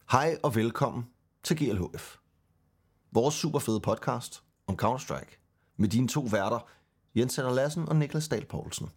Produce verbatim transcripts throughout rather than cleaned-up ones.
Hej og velkommen til G L H F. Vores super fede podcast om Counter-Strike med dine to værter, Jens Sander Lassen og Niklas Dahl Poulsen.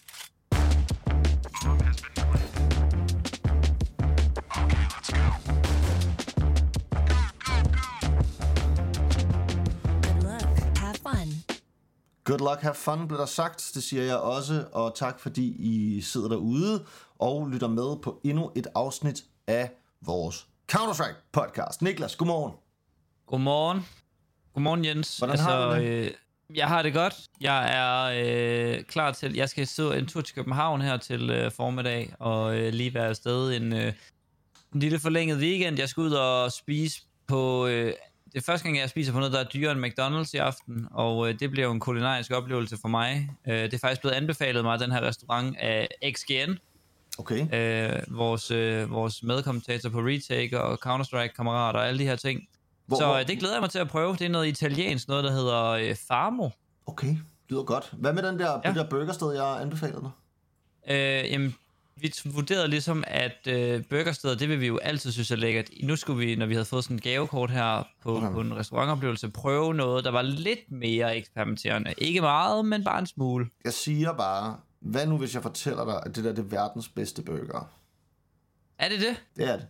Good luck, have fun, blev der sagt. Det siger jeg også, og tak fordi I sidder derude og lytter med på endnu et afsnit af vores Counter-Strike podcast. Niklas, godmorgen. Godmorgen. Godmorgen, Jens. Hvordan altså, har du det? Øh, jeg har det godt. Jeg er øh, klar til, jeg skal sidde en tur til København her til øh, formiddag, og øh, lige være afsted en, øh, en lille forlænget weekend. Jeg skal ud og spise på... Øh, det er første gang, jeg spiser på noget, der er dyrere end McDonald's i aften, og øh, det bliver jo en kulinarisk oplevelse for mig. Øh, det er faktisk blevet anbefalet mig, den her restaurant af X G N. Okay. Øh, vores, øh, vores medkommentator på Retake og Counter-Strike-kammerater og alle de her ting. Hvor, så hvor? øh, det glæder jeg mig til at prøve. Det er noget italiensk, noget der hedder øh, Famo. Okay, lyder godt. Hvad med den der, ja. det der burgersted, jeg anbefalede dig? Øh, jamen, vi vurderede ligesom, at øh, burgersteder, det vil vi jo altid synes er lækkert. Nu skulle vi, når vi havde fået sådan en gavekort her på, okay. på en restaurantoplevelse, prøve noget, der var lidt mere eksperimenterende. Ikke meget, men bare en smule. Jeg siger bare, hvad nu hvis jeg fortæller dig, at det der det er verdens bedste burger? Er det det? Det er det.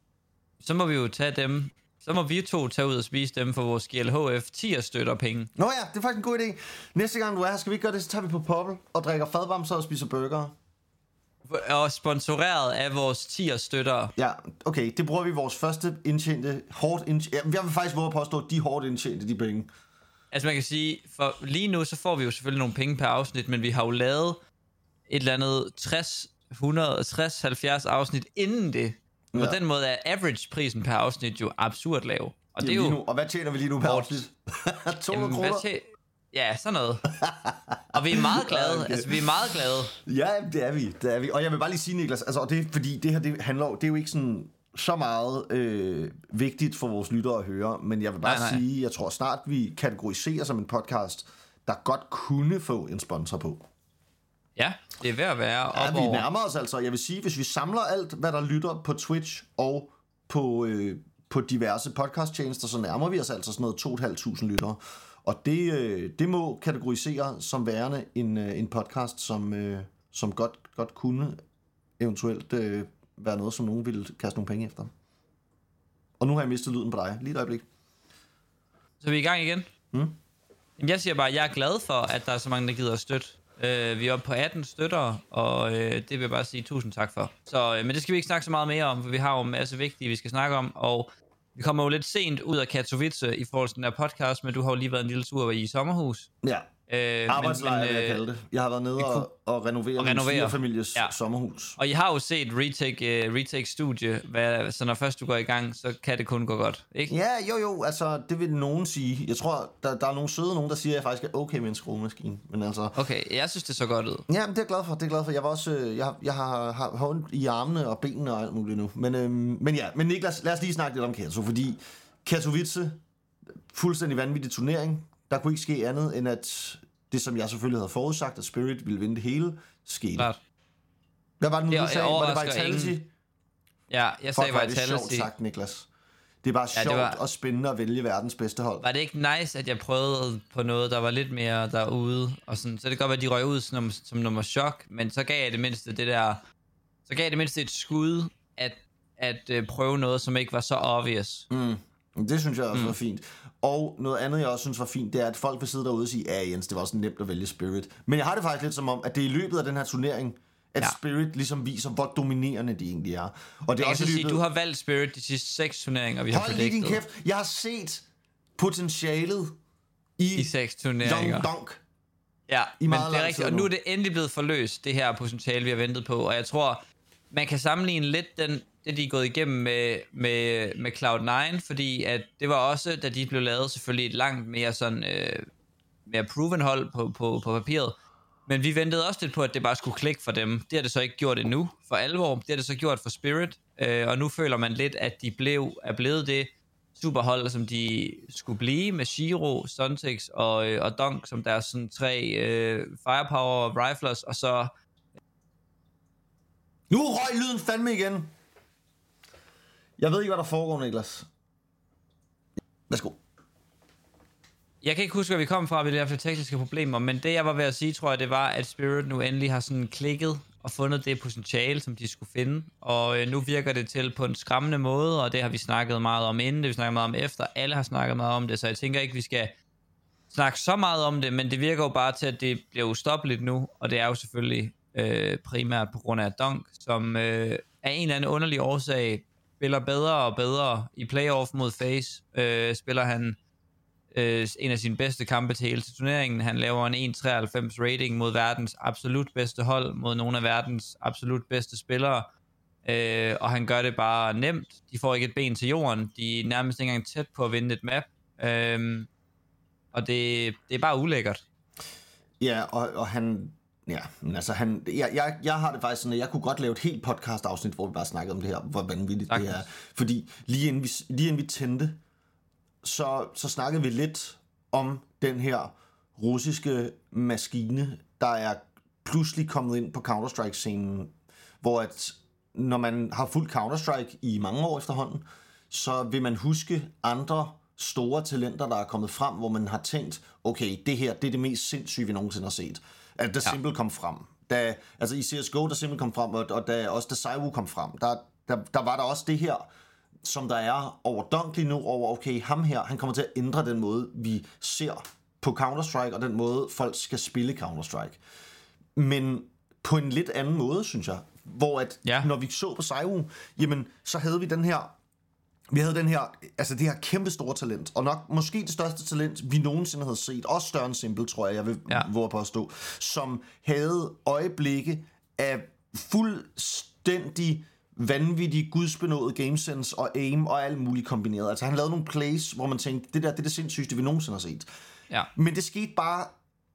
Så må vi jo tage dem. Så må vi to tage ud og spise dem for vores G L H F ti støtter penge. Nå ja, det er faktisk en god idé. Næste gang du er her, skal vi ikke gøre det, så tager vi på Poppel og drikker fadbamser og spiser burger. Og sponsoreret af vores ti støtter. Ja, okay, det bruger vi vores første indtjente, hårdt indtjente. Jeg vil faktisk våge at påstå, at de hårdt indtjente, de penge. Altså man kan sige, for lige nu så får vi jo selvfølgelig nogle penge per afsnit, men vi har jo lavet et eller andet tres, hundrede, tres, halvfjerds afsnit inden det. Og ja. På den måde er average-prisen per afsnit jo absurd lav. Og det er jo... Nu. Og hvad tjener vi lige nu per afsnit? to hundrede kroner? Tje... Ja, sådan noget. Og vi er meget glade. Okay. Altså, vi er meget glade. Ja, det er vi. Det er vi. Og jeg vil bare lige sige, Niklas, altså, og det er fordi, det her det handler det er jo ikke sådan så meget øh, vigtigt for vores lyttere at høre, men jeg vil bare nej, nej. sige, jeg tror snart, vi kategoriserer som en podcast, der godt kunne få en sponsor på. Ja, det er ved at være op ja, vi over. nærmer os altså. Jeg vil sige, hvis vi samler alt, hvad der lytter på Twitch og på, øh, på diverse podcasttjenester, så nærmer vi os altså sådan noget to tusind fem hundrede lyttere. Og det, øh, det må kategorisere som værende en, øh, en podcast, som, øh, som godt, godt kunne eventuelt øh, være noget, som nogen ville kaste nogle penge efter. Og nu har jeg mistet lyden på dig. Lige et øjeblik. Så er vi i gang igen? Mm. Jeg siger bare, at jeg er glad for, at der er så mange, der gider at støtte. Uh, vi er oppe på atten støtter, og uh, det vil jeg bare sige tusind tak for. Så, uh, men det skal vi ikke snakke så meget mere om, for vi har jo en masse vigtige, vi skal snakke om, og vi kommer jo lidt sent ud af Katowice i forhold til den her podcast, men du har jo lige været en lille tur i sommerhus. Ja, uh, arbejdslejr vil jeg uh, kalde det. Jeg har været nede og, og renovere og min svigerfamilies ja. sommerhus. Og I har jo set Retake, uh, Retake studie, hvad, så når først du går i gang, så kan det kun gå godt, ikke? Ja, jo jo, altså det vil nogen sige. Jeg tror, der, der er nogle søde nogen, der siger, at jeg faktisk er okay med en skruemaskine. Men altså... Okay, jeg synes det så godt ud. Ja, men det er jeg glad for, det er jeg glad for. Jeg var også, jeg, jeg har, har, har ondt i armene og benene og alt muligt nu. Men, øhm, men ja, men Niklas, lad os lige snakke lidt om Kato, fordi Katowice, fuldstændig vanvittig turnering. Der kunne ikke ske andet, end at det, som jeg selvfølgelig havde forudsagt, at Spirit ville vinde det hele, skete. Klart. Hvad var det nu, det, du sagde? Var det Vitality? Ingen... Ja, jeg sagde Vitality. Det er sjovt sagt, Niklas. Det er bare ja, sjovt var... og spændende at vælge verdens bedste hold. Var det ikke nice, at jeg prøvede på noget, der var lidt mere derude? Og sådan, så det kan godt være, at de røg ud som, som nummer chok, men så gav jeg det mindste det der... Så gav jeg det mindste et skud, at, at uh, prøve noget, som ikke var så obvious. Mm. Det synes jeg også mm. var fint. Og noget andet, jeg også synes var fint, det er, at folk vil sidde derude og sige, ja Jens, det var også nemt at vælge Spirit. Men jeg har det faktisk lidt som om, at det er i løbet af den her turnering, at ja. Spirit ligesom viser, hvor dominerende de egentlig er. Og det er jeg også kan løbet... sige, du har valgt Spirit de sidste seks turneringer, vi har predicted. Hold lige din kæft. Jeg har set potentialet i, I seks turneringer. Young Dunk. Ja, men det er rigtigt. Og nu er det endelig blevet forløst, det her potentiale, vi har ventet på. Og jeg tror, man kan sammenligne lidt den, det, de er gået igennem med, med, med Cloud nine, fordi at det var også, da de blev lavet, selvfølgelig et langt mere sådan, øh, mere proven hold på, på, på papiret. Men vi ventede også lidt på, at det bare skulle klikke for dem. Det har det så ikke gjort endnu, for alvor. Det har det så gjort for Spirit. Øh, og nu føler man lidt, at de blev, er blevet det superhold, som de skulle blive, med Shiro, Stuntex og, og Dunk, som deres sådan tre øh, firepower riflers, og så... Nu røg lyden fandme igen. Jeg ved ikke, hvad der foregår, Niklas. Værsgo. Jeg kan ikke huske, hvor vi kom fra ved de her tekniske problemer, men det, jeg var ved at sige, tror jeg, det var, at Spirit nu endelig har sådan klikket og fundet det potentiale, som de skulle finde. Og øh, nu virker det til på en skræmmende måde, og det har vi snakket meget om inden, det vi snakket meget om efter. Alle har snakket meget om det, så jeg tænker ikke, vi skal snakke så meget om det, men det virker jo bare til, at det bliver ustoppeligt nu, og det er jo selvfølgelig øh, primært på grund af Dunk, som øh, af en eller anden underlig årsag spiller bedre og bedre i playoff mod FaZe. Øh, spiller han øh, en af sine bedste kampe til hele turneringen. Han laver en en komma treoghalvfems rating mod verdens absolut bedste hold, mod nogle af verdens absolut bedste spillere. Øh, og han gør det bare nemt. De får ikke et ben til jorden. De er nærmest ikke engang tæt på at vinde et map. Øh, og det, det er bare ulækkert. Ja, og, og han... Ja, men altså han... Jeg, jeg, jeg har det faktisk sådan, at jeg kunne godt lave et helt podcast-afsnit, hvor vi bare snakkede om det her, hvor vanvittigt Takk. det er. Fordi lige inden vi, lige inden vi tændte, så, så snakkede vi lidt om den her russiske maskine, der er pludselig kommet ind på Counter-Strike-scenen, hvor at når man har fulgt Counter-Strike i mange år efterhånden, så vil man huske andre store talenter, der er kommet frem, hvor man har tænkt, okay, det her, det er det mest sindssyge, vi nogensinde har set. At der ja. simpelt kom frem. Da, altså i C S G O, der simpelt kom frem, og, og da, også da ZywOo kom frem, der, der, der var der også det her, som der er over Dunk lige nu, over, okay, ham her, han kommer til at ændre den måde, vi ser på Counter-Strike, og den måde, folk skal spille Counter-Strike. Men på en lidt anden måde, synes jeg. Hvor at, ja. når vi så på ZywOo, jamen, så havde vi den her, vi havde den her, altså det her kæmpe store talent, og nok måske det største talent, vi nogensinde havde set, også større end Simple, tror jeg, jeg vil ja. våge påstå, som havde øjeblikke af fuldstændig vanvittig, gudsbenået gamesense og aim og alt muligt kombineret. Altså han lavede nogle plays, hvor man tænkte, det der, det er det sindssygste, vi nogensinde har set. Ja. Men det skete bare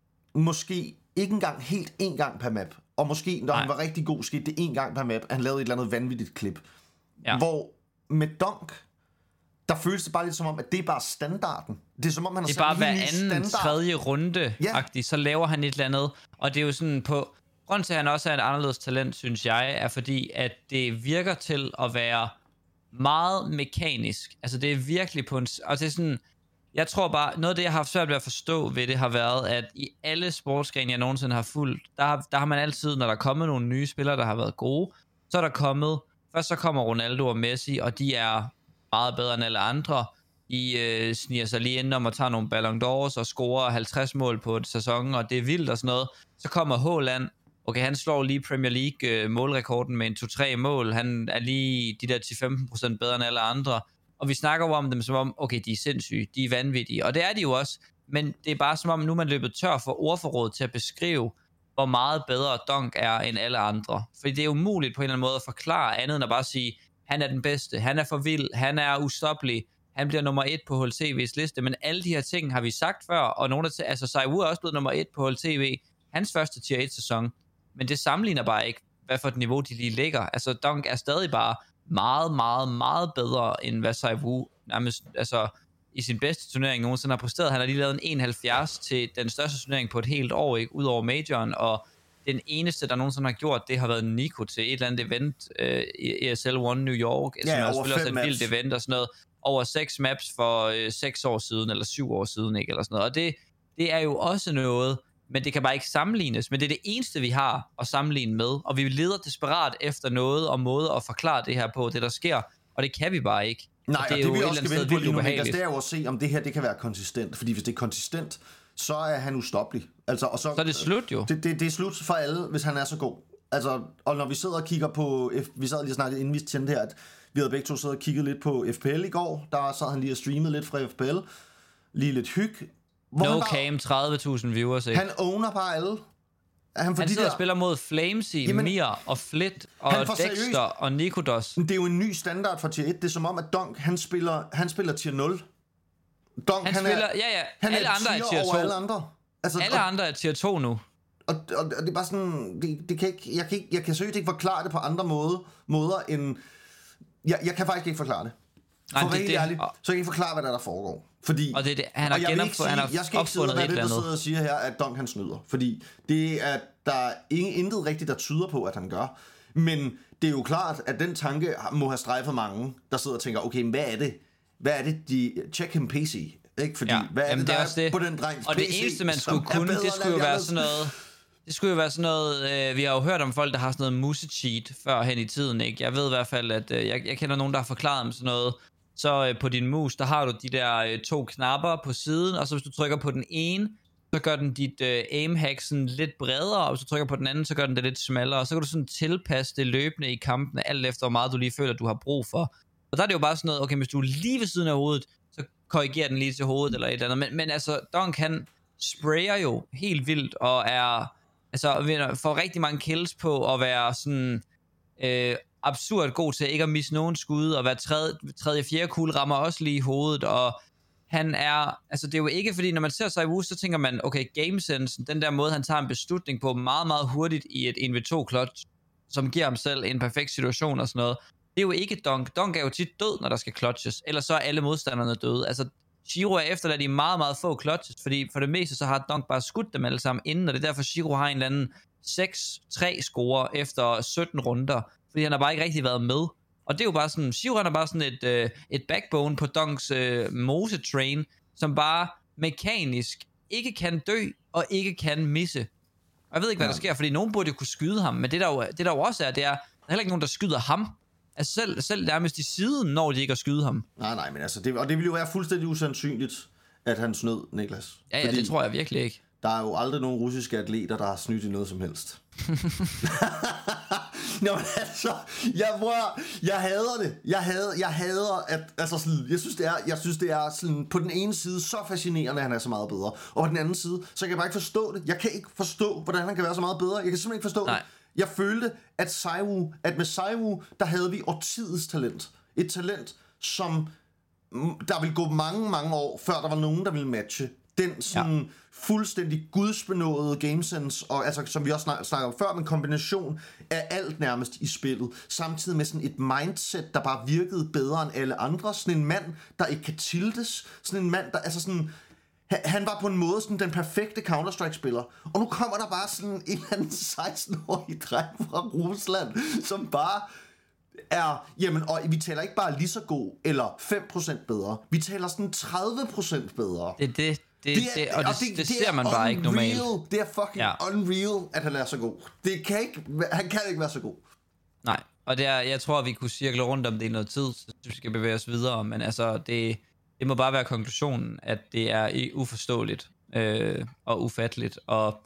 måske ikke engang helt en gang per map. Og måske, når Nej. han var rigtig god, skete det en gang per map. Han lavede et eller andet vanvittigt klip. Ja. Hvor med Dunk, der føles det bare lidt som om, at det er bare standarden. Det er som om, han har sat en helt ny standard. Det er bare hver anden, tredje runde-agtigt, ja. så laver han et eller andet. Og det er jo sådan på... Grunden til, at han også er et anderledes talent, synes jeg, er fordi, at det virker til at være meget mekanisk. Altså, det er virkelig på en... Og det er sådan... Jeg tror bare, noget af det, jeg har haft svært ved at forstå ved det, har været, at i alle sportsgrene, jeg nogensinde har fulgt, der har, der har man altid, når der er kommet nogle nye spillere, der har været gode, så er der kommet... Først så kommer Ronaldo og Messi, og de er meget bedre end alle andre. De øh, sniger sig lige ind om at tage nogle Ballon d'Ors og scorer halvtreds mål på et sæson, og det er vildt og sådan noget. Så kommer Haaland. Okay, han slår lige Premier League øh, målrekorden med en to tre mål. Han er lige de der ti til femten procent bedre end alle andre. Og vi snakker jo om dem som om, okay, de er sindssyge, de er vanvittige. Og det er de jo også. Men det er bare som om, nu er man løbet tør for ordforråd til at beskrive, hvor meget bedre Dunk er end alle andre. Fordi det er umuligt på en eller anden måde at forklare andet end at bare sige, han er den bedste, han er for vild, han er ustoppelig, han bliver nummer et på H L T V's liste. Men alle de her ting har vi sagt før, og nogle af altså ZywOo er også blevet nummer et på H L T V, hans første tier et sæson. Men det sammenligner bare ikke, hvad for et niveau de lige ligger. Altså, Dunk er stadig bare meget, meget, meget bedre, end hvad ZywOo nærmest, altså, i sin bedste turnering nogensinde har præsteret. Han har lige lavet en enoghalvfjerds til den største turnering på et helt år, ikke? Ud over majoren, og den eneste, der nogensinde har gjort det, har været Nico til et eller andet event, øh, E S L One New York, ja, som over også også et vildt event og sådan noget, over seks maps for øh, seks år siden, eller syv år siden, ikke? Eller sådan noget. Og det, det er jo også noget, men det kan bare ikke sammenlignes. Men det er det eneste, vi har at sammenligne med. Og vi leder desperat efter noget og måde at forklare det her på, det der sker. Og det kan vi bare ikke. Nej, og det, og det vi også skal vente på lige nu, Niklas, det er jo at se, om det her det kan være konsistent. Fordi hvis det er konsistent, så er han ustoppelig. Altså, og så, så er det slut jo. Det, det, det er slut for alle, hvis han er så god. Altså, og når vi sidder og kigger på... Vi sad lige og snakkede, inden vi tændte her, at vi havde begge to siddet og kigget lidt på F P L i går. Der sad han lige og streamede lidt fra F P L. Lige lidt hygge. No cam, tredive tusind viewers, ikke? Han owner bare alle. Han, han sidder der... og spiller mod Flamesy, Jamen, Mir og Flit og Dexter seriøst... og Nikodos. Det er jo en ny standard for tier et. Det er som om, at Dunk, han spiller, han spiller tier nul. Dunk, han, han spiller, er, ja ja, han alle er andre er tier to. Alle andre. Altså, alle og, andre er tier to nu. Og, og, og det er bare sådan, det, det kan ikke, jeg kan ikke, jeg kan seriøst ikke forklare det på andre måde, måder end, jeg, jeg kan faktisk ikke forklare det. For Nej, det, det, ærligt, og, så jeg kan ikke forklare, hvad der, der foregår. Fordi, og det, det, han har genopfundet, han har jeg skal ikke sidde med det, der sidder og siger her, at Dunk han snyder. Fordi det er, der er ingen, intet rigtigt, der tyder på, at han gør. Men det er jo klart, at den tanke må have strejfet mange, der sidder og tænker, okay, men hvad er det? Hvad er det, de... Check him P C, ikke? Fordi, ja. hvad er Jamen, det, der det er, er det. på den drengs og P C? Og det eneste, man skulle kunne, det skulle jo være sådan noget... Det skulle jo være sådan noget... Øh, vi har jo hørt om folk, der har sådan noget musecheat førhen i tiden, ikke? Jeg ved i hvert fald, at... Øh, jeg, jeg kender nogen, der har forklaret om sådan noget. Så øh, på din mus, der har du de der øh, to knapper på siden, og så hvis du trykker på den ene, så gør den dit øh, aim-hack sådan lidt bredere, og hvis du trykker på den anden, så gør den det lidt smallere, og så kan du sådan tilpasse det løbende i kampene, alt efter hvor meget du lige føler, du har brug for. Og der er det jo bare sådan noget, okay, hvis du er lige ved siden af hovedet, så korrigerer den lige til hovedet eller et eller andet. Men, men altså, Dunk han sprayer jo helt vildt, og er, altså, får rigtig mange kills på at være sådan øh, absurd god til ikke at misse nogen skud, og hver tredje, tredje fjerde kugle rammer også lige i hovedet, og han er, altså det er jo ikke, fordi når man ser sig i Wu, så tænker man, okay, gamesensen, den der måde, han tager en beslutning på meget, meget hurtigt i et en v to clutch, som giver ham selv en perfekt situation og sådan noget. Det er jo ikke Dunk. Dunk er jo tit død, når der skal clutches, ellers så er alle modstanderne døde. Altså, Shiro er efterladt i meget, meget få clutches, fordi for det meste så har Dunk bare skudt dem alle sammen inden, og det er derfor, Shiro har en eller anden seks tre score efter sytten runder, fordi han har bare ikke rigtig været med. Og det er jo bare sådan, Shiro er bare sådan et, øh, et backbone på Dunks øh, mose-train, som bare mekanisk ikke kan dø og ikke kan misse. Og jeg ved ikke, hvad ja. der sker, fordi nogen burde jo kunne skyde ham, men det der jo, det der jo også er, det er, der er heller ikke nogen, der skyder ham. Altså selv, selv nærmest i siden, når de ikke har skyde ham. Nej, nej, men altså, det, og det ville jo være fuldstændig usandsynligt, at han snød Niklas. Ja, ja, det tror jeg virkelig ikke. Der er jo aldrig nogen russiske atleter, der har snydt i noget som helst. Nå, men altså, jeg, bror, jeg hader det. Jeg hader, jeg hader at, altså sådan, jeg synes det er, jeg synes det er sådan, på den ene side så fascinerende, at han er så meget bedre, og på den anden side, så kan jeg bare ikke forstå det. Jeg kan ikke forstå, hvordan han kan være så meget bedre. Jeg kan simpelthen ikke forstå Nej. det. Jeg følte, at Saiwu, at med Saiwu, der havde vi årtidets talent. Et talent, som der ville gå mange, mange år, før der var nogen, der ville matche den sådan ja. fuldstændig gudsbenåede gamesense, og altså, som vi også snak, snakker om før, med en kombination af alt nærmest i spillet, samtidig med sådan et mindset, der bare virkede bedre end alle andre. Sådan en mand, der ikke kan tiltes. Sådan en mand, der altså sådan... Han var på en måde sådan den perfekte Counter-Strike-spiller. Og nu kommer der bare sådan en eller anden seksten-årig dreng fra Rusland, som bare er... Jamen, og vi taler ikke bare lige så god, eller fem procent bedre. Vi taler sådan tredive procent bedre. Det, det, det, det, det og det, det, det, det ser man bare unreal. Ikke normalt. Det er fucking ja. unreal, at han er så god. Det kan ikke, han kan ikke være så god. Nej, og det er, jeg tror, vi kunne cirkle rundt om det i noget tid, så vi skal bevæge os videre. Men altså, det... Det må bare være konklusionen, at det er uforståeligt øh, og ufatteligt. Og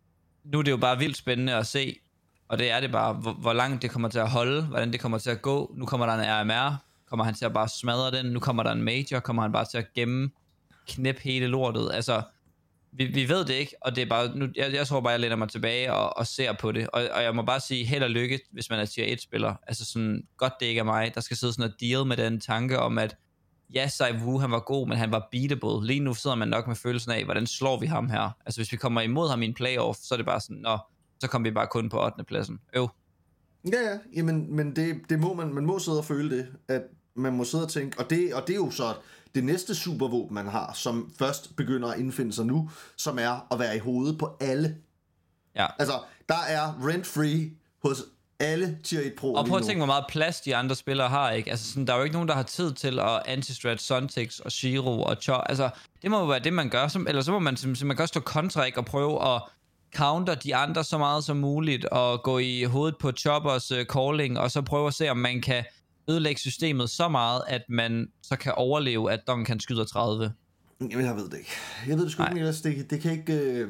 nu er det jo bare vildt spændende at se, og det er det bare, hvor, hvor langt det kommer til at holde, hvordan det kommer til at gå. Nu kommer der en R M R, kommer han til at bare smadre den. Nu kommer der en major, kommer han bare til at gemme, knæppe hele lortet. Altså, vi, vi ved det ikke, og det er bare, nu, jeg, jeg tror bare, jeg læner mig tilbage og, og ser på det. Og, og jeg må bare sige, held og lykke, hvis man er tier et-spiller. Altså sådan, godt det ikke er mig, der skal sidde sådan og deal med den tanke om, at ja, Saiwu, han var god, men han var beatable. Lige nu sidder man nok med følelsen af, hvordan slår vi ham her? Altså, hvis vi kommer imod ham i en playoff, så er det bare sådan, nå, så kommer vi bare kun på ottende pladsen. Øv. Ja, ja, jamen, men det, det må man, man må sidde og føle det, at man må sidde og tænke, og det, og det er jo så det næste supervåben, man har, som først begynder at indfinde sig nu, som er at være i hovedet på alle. Ja. Altså, der er rent-free hos alle tier et pro. Og prøv at tænke, hvor meget plads de andre spillere har, ikke? Altså sådan, der er jo ikke nogen, der har tid til at anti-strat Sontex og Shiro og Cho. Altså, det må jo være det, man gør. Som, eller så må man, så man kan også stå kontra, ikke? Og prøve at counter de andre så meget som muligt, og gå i hovedet på Choppers uh, calling, og så prøve at se, om man kan ødelægge systemet så meget, at man så kan overleve, at Dunk kan skyde tredive. Jamen, jeg ved det ikke. Jeg ved det sgu ikke, det, det kan ikke... Øh...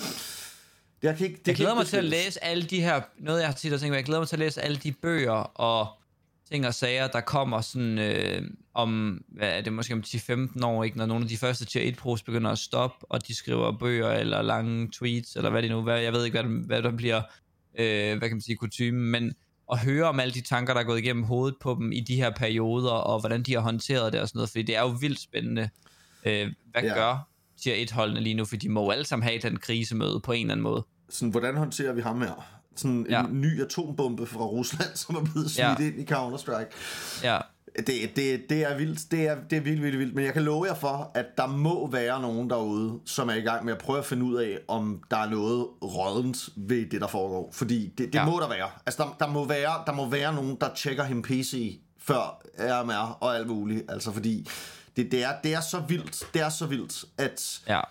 Jeg, kan ikke, det jeg glæder kan mig til at læse alle de her, noget jeg har tit at tænke, jeg glæder mig til at læse alle de bøger og ting og sager, der kommer sådan øh, om, hvad er det, måske om ti femten år, ikke, når nogle af de første tier et pros begynder at stoppe, og de skriver bøger eller lange tweets, eller hvad det nu, hvad, jeg ved ikke, hvad, hvad der bliver, øh, hvad kan man sige, kutymen, men at høre om alle de tanker, der er gået igennem hovedet på dem i de her perioder, og hvordan de har håndteret det og sådan noget, fordi det er jo vildt spændende, øh, hvad ja. gør tier et-holdene lige nu, for de må jo alle sammen have den krisemøde på en eller anden måde. Sådan, hvordan håndterer vi ham her? Sådan en ja. ny atombombe fra Rusland, som er blevet smidt ja. ind i Counter-Strike. Ja. Det, det, det er vildt, det er, det er vildt, vildt, vildt, men jeg kan love jer for, at der må være nogen derude, som er i gang med at prøve at finde ud af, om der er noget rådent ved det, der foregår. Fordi det, det ja. må der være. Altså, der, der, må være, der må være nogen, der tjekker him P C før R M R og alt muligt. Altså, fordi det, det, er, det er så vildt, det er så vildt, at ja.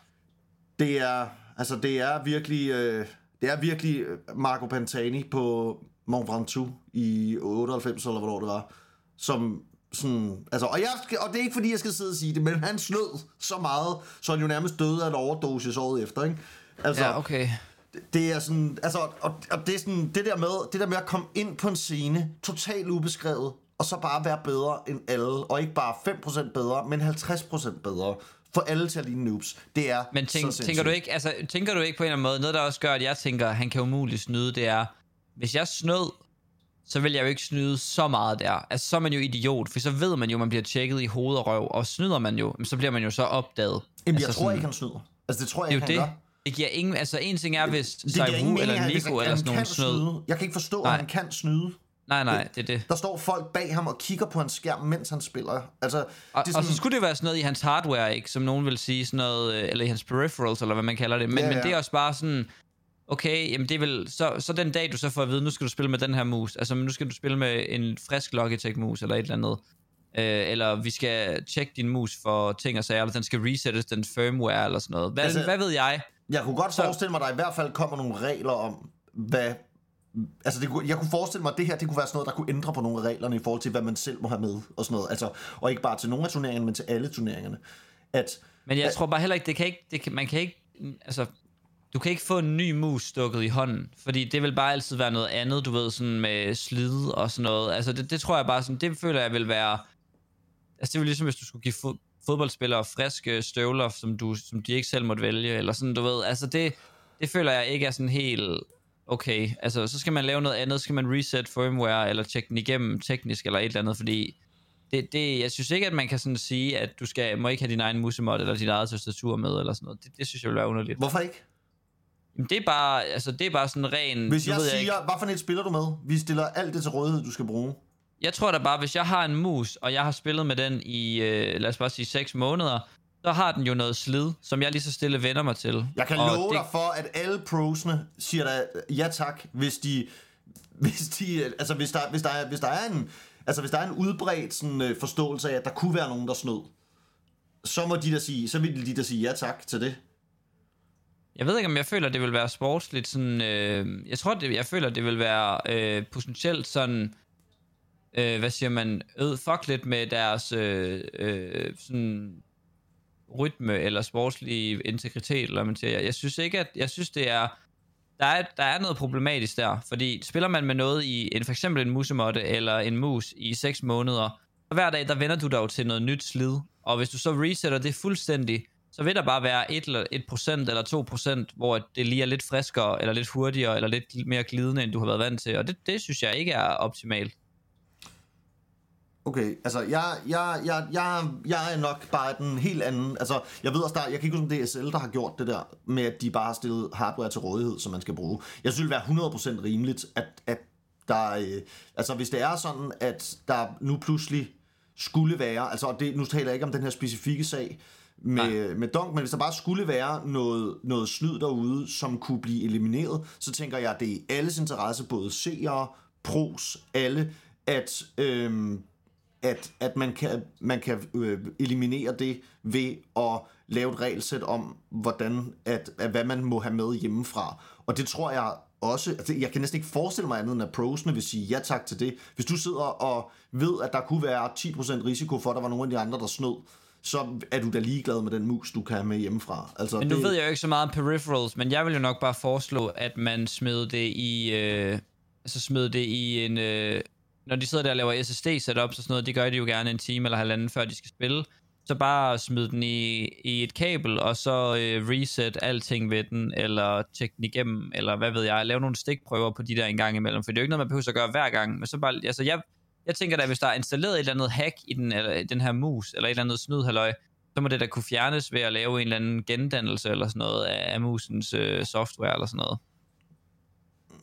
det er, altså, det er virkelig, øh, det er virkelig Marco Pantani på Mont Ventoux i otteoghalvfems, eller hvornår det var, som sådan, altså, og, jeg skal, og det er ikke fordi jeg skal sidde og sige det, men han snød så meget, så han jo nærmest døde af en overdosis året efter, ikke? Altså, ja, okay. Det, det er sådan, altså, og, og det er sådan, det der med, det der med at komme ind på en scene, totalt ubeskrevet, og så bare være bedre end alle, og ikke bare fem procent bedre, men halvtreds procent bedre, for alle til at ligne noobs. Det er men tænk, så tænker du ikke, altså, tænker du ikke på en eller anden måde, noget der også gør, at jeg tænker, han kan umuligt snyde, det er, hvis jeg snød, så vil jeg jo ikke snyde så meget der. Altså, så er man jo idiot, for så ved man jo, man bliver tjekket i hoved og røv, og snyder man jo, så bliver man jo så opdaget. Jamen, altså, jeg tror sådan, ikke, han snyder. Altså, det tror jeg det ikke, han det. gør. Det giver ingen, altså en ting er, hvis Saivu eller Nico eller sådan nogen snød. Jeg kan ikke forstå, nej. at han kan snyde. Nej, nej, det er det. Der står folk bag ham og kigger på hans skærm, mens han spiller. Altså, og, det er sådan, og så skulle det være sådan noget i hans hardware, ikke? Som nogen vil sige, sådan noget, eller i hans peripherals, eller hvad man kalder det. Men, ja, ja. men det er også bare sådan, okay, jamen det er vel, så, så den dag du så får at vide, nu skal du spille med den her mus, altså nu skal du spille med en frisk Logitech-mus, eller et eller andet. Øh, eller vi skal tjekke din mus for ting og sager, eller den skal resettes, den firmware, eller sådan noget. Hvad, altså, hvad ved jeg? Jeg kunne godt forestille mig, at der i hvert fald kommer nogle regler om, hvad... Altså, det kunne, jeg kunne forestille mig, at det her, det kunne være sådan noget, der kunne ændre på nogle af reglerne i forhold til, hvad man selv må have med, og sådan noget. Altså, og ikke bare til nogle af turneringerne, men til alle turneringerne. At, men jeg at, tror bare heller ikke, det kan ikke, det kan, man kan ikke, altså, du kan ikke få en ny mus stukket i hånden, fordi det vil bare altid være noget andet, du ved, sådan med slid og sådan noget. Altså, det, det tror jeg bare sådan, det føler jeg vil være, altså, det vil ligesom, hvis du skulle give fod, fodboldspillere friske støvler, som, du, som de ikke selv måtte vælge, eller sådan, du ved, altså, det, det føler jeg ikke er sådan helt... Okay, altså så skal man lave noget andet, så skal man reset firmware, eller tjekke den igennem teknisk, eller et eller andet, fordi det, det, jeg synes ikke, at man kan sådan sige, at du skal, må ikke have din egen musemod, eller dit eget tastatur med, eller sådan noget. Det, det synes jeg vil være underligt. Hvorfor ikke? Jamen, det er bare, altså det er bare sådan ren... Hvis jeg ved siger, jeg ikke, hvad for net spiller du med? Vi stiller alt det til rådighed, du skal bruge. Jeg tror da bare, hvis jeg har en mus, og jeg har spillet med den i, øh, lad os bare sige, seks måneder, så har den jo noget slid, som jeg lige så stille vender mig til. Jeg kan og love det... dig for, at alle prosene siger da ja tak, hvis de, hvis de, altså hvis der, hvis der er, hvis der er en, altså hvis der er en udbredt sådan, forståelse af, at der kunne være nogen, der snød, så må de da sige, så vil de da sige ja tak til det. Jeg ved ikke, om jeg føler, det vil være sportsligt sådan, øh, jeg tror, det, jeg føler, det vil være øh, potentielt sådan, øh, hvad siger man, ød fuck lidt med deres øh, øh, sådan rytme eller sportslig integritet, eller man siger. Jeg synes ikke, at jeg synes det er der er der er noget problematisk der, fordi spiller man med noget i en for eksempel en musemotte eller en mus i seks måneder, og hver dag der vender du dig jo til noget nyt slid, og hvis du så resetter det fuldstændig, så vil der bare være et eller et procent eller to procent, hvor det lige er lidt friskere eller lidt hurtigere eller lidt mere glidende, end du har været vant til, og det det synes jeg ikke er optimalt. Okay, altså jeg, jeg, jeg, jeg, jeg er nok bare den helt anden. Altså jeg ved også, der, jeg kan ikke huske, om det er S L, der har gjort det der med, at de bare har stillet hardware til rådighed, som man skal bruge. Jeg synes, det vil være hundrede procent rimeligt, at, at der, øh, altså hvis det er sådan, at der nu pludselig skulle være, altså det, nu taler jeg ikke om den her specifikke sag med, med Dunk, men hvis der bare skulle være noget, noget snyd derude, som kunne blive elimineret, så tænker jeg, at det er i alles interesse, både seere, pros, alle, at... Øh, at, at man kan, man kan øh, eliminere det ved at lave et regelsæt om, hvordan, at, at, hvad man må have med hjemmefra. Og det tror jeg også, altså jeg kan næsten ikke forestille mig andet, end at prosene vil sige ja tak til det. Hvis du sidder og ved, at der kunne være ti procent risiko for, at der var nogle af de andre, der snød, så er du da ligeglad med den mus, du kan have med hjemmefra. Altså, men nu det... ved jeg jo ikke så meget om peripherals, men jeg vil jo nok bare foreslå, at man smed det i, øh, altså smed det i en... Øh når de sidder der og laver S S D-setup, så sådan noget, de gør de jo gerne en time eller halvanden, før de skal spille. Så bare smid den i, i et kabel, og så øh, reset alting ved den, eller tjek den igennem, eller hvad ved jeg, lave nogle stikprøver på de der en gang imellem, for det er jo ikke noget, man behøver at gøre hver gang. Men så bare, altså jeg, jeg tænker da, hvis der er installeret et eller andet hack i den, eller den her mus, eller et eller andet snydhalløj, så må det da kunne fjernes ved at lave en eller anden gendannelse, eller sådan noget, af, af musens øh, software, eller sådan noget.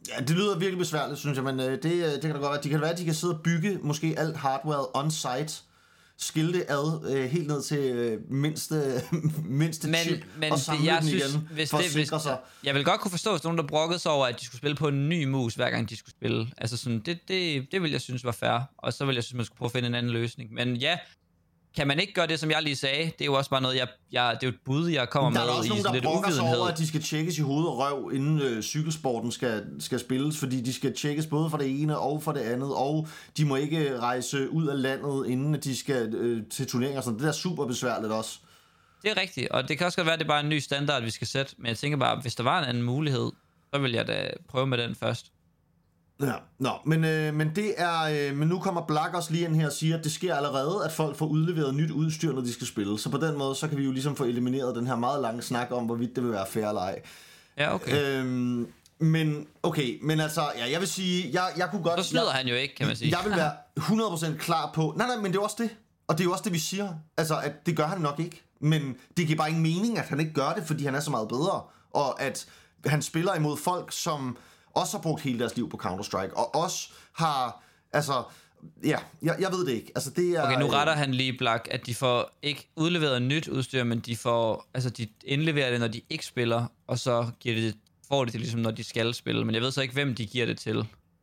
Ja, det lyder virkelig besværligt, synes jeg, men øh, det, det kan da godt være. Det kan være, at de kan sidde og bygge måske alt hardware on-site, skilte ad øh, helt ned til øh, mindste, mindste men, chip, men og samle jeg den synes, igen hvis for det, at sikre hvis, sig. Jeg vil godt kunne forstå, hvis nogen der brokkede sig over, at de skulle spille på en ny mus, hver gang de skulle spille. Altså sådan, det, det, det vil jeg synes var fair, og så vil jeg synes, man skulle prøve at finde en anden løsning. Men ja, kan man ikke gøre det, som jeg lige sagde? Det er jo også bare noget, jeg, jeg, det er jo et bud, jeg kommer med i sådan lidt uvidenhed. Der er også nogen, der brokker sig over, at de skal tjekkes i hoved og røv, inden øh, cykelsporten skal, skal spilles, fordi de skal tjekkes både for det ene og for det andet, og de må ikke rejse ud af landet, inden de skal øh, til turneringer. Sådan. Det er super besværligt også. Det er rigtigt, og det kan også godt være, at det er bare en ny standard, vi skal sætte. Men jeg tænker bare, hvis der var en anden mulighed, så vil jeg da prøve med den først. Ja, nå, men, øh, men det er, øh, men nu kommer Black også lige ind her og siger, at det sker allerede, at folk får udleveret nyt udstyr, når de skal spille. Så på den måde, så kan vi jo ligesom få elimineret den her meget lange snak om, hvorvidt det vil være fair eller ej. Ja, okay. Øhm, men, okay, men altså, ja, jeg vil sige, jeg, jeg kunne godt... Så snyder han jo ikke, kan man sige. Jeg vil være hundrede procent klar på... Nej, nej, men det er også det. Og det er jo også det, vi siger. Altså, at det gør han nok ikke. Men det giver bare ingen mening, at han ikke gør det, fordi han er så meget bedre. Og at han spiller imod folk, som også har brugt hele deres liv på Counter-Strike, og også har, altså, ja, jeg, jeg ved det ikke. Altså, det er, okay, nu retter han lige Black, at de får ikke udleveret nyt udstyr, men de får, altså, de indleverer det, når de ikke spiller, og så giver det, får de det ligesom, når de skal spille. Men jeg ved så ikke, hvem de giver det til.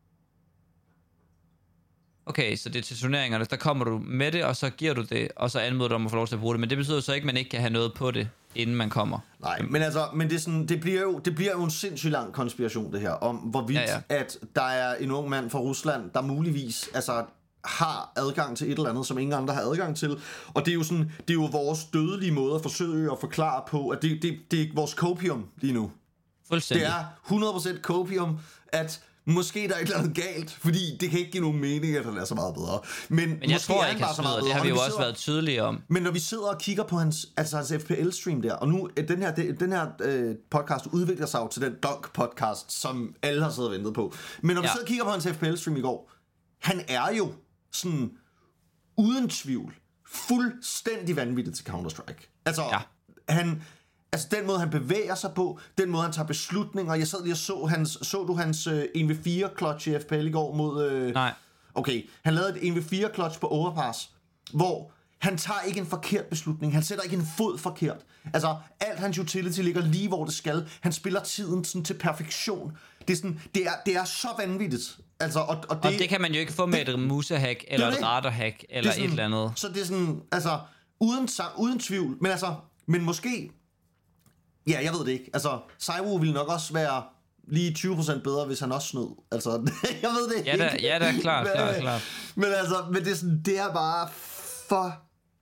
Okay, så det er til turneringerne, der kommer du med det, og så giver du det, og så anmoder du om at få lov til at bruge det. Men det betyder så ikke, at man ikke kan have noget på det, inden man kommer. Nej, men altså, men det, er sådan, det, bliver jo, det bliver jo en sindssygt lang konspiration, det her, om hvorvidt, ja, ja. at der er en ung mand fra Rusland, der muligvis, altså, har adgang til et eller andet, som ingen andre har adgang til. Og det er jo sådan, det er jo vores dødelige måde at forsøge at forklare på, at det, det, det er vores copium lige nu. Fuldstændig. Det er hundrede procent copium, at måske der er et eller andet galt, fordi det kan ikke give nogen mening, at han er så meget bedre. Men, men jeg måske tror er ikke, han snyder. Det har vi jo også sidder, været tydelige om. Men når vi sidder og kigger på hans, altså hans F P L-stream der, og nu, den her, den her øh, podcast udvikler sig jo til den Dunk-podcast, som alle har siddet og ventet på. Men når vi ja. sidder og kigger på hans F P L-stream i går, han er jo sådan, uden tvivl, fuldstændig vanvittig til Counter-Strike. Altså, ja. han... Altså den måde han bevæger sig på, den måde han tager beslutninger. Jeg sad lige og så hans, så du hans øh, en v fire clutch i F P L i går mod... Øh, Nej. Okay, han lavede et en v fire clutch på overpass, hvor han tager ikke en forkert beslutning. Han sætter ikke en fod forkert. Altså alt hans utility ligger lige hvor det skal. Han spiller tiden sådan til perfektion. Det er sådan, det er, det er så vanvittigt. Altså, og, og, det, og det kan man jo ikke få med det, et musehack eller et radarhack eller sådan, et eller andet. Så det er sådan, altså uden, uden tvivl, men altså, men måske... Ja, jeg ved det ikke. Altså, Saiwu ville nok også være lige tyve procent bedre, hvis han også snød. Altså, jeg ved det ja, ikke. Da, ja, det er klart, klart, klart. Men altså, men det er, sådan, det er bare for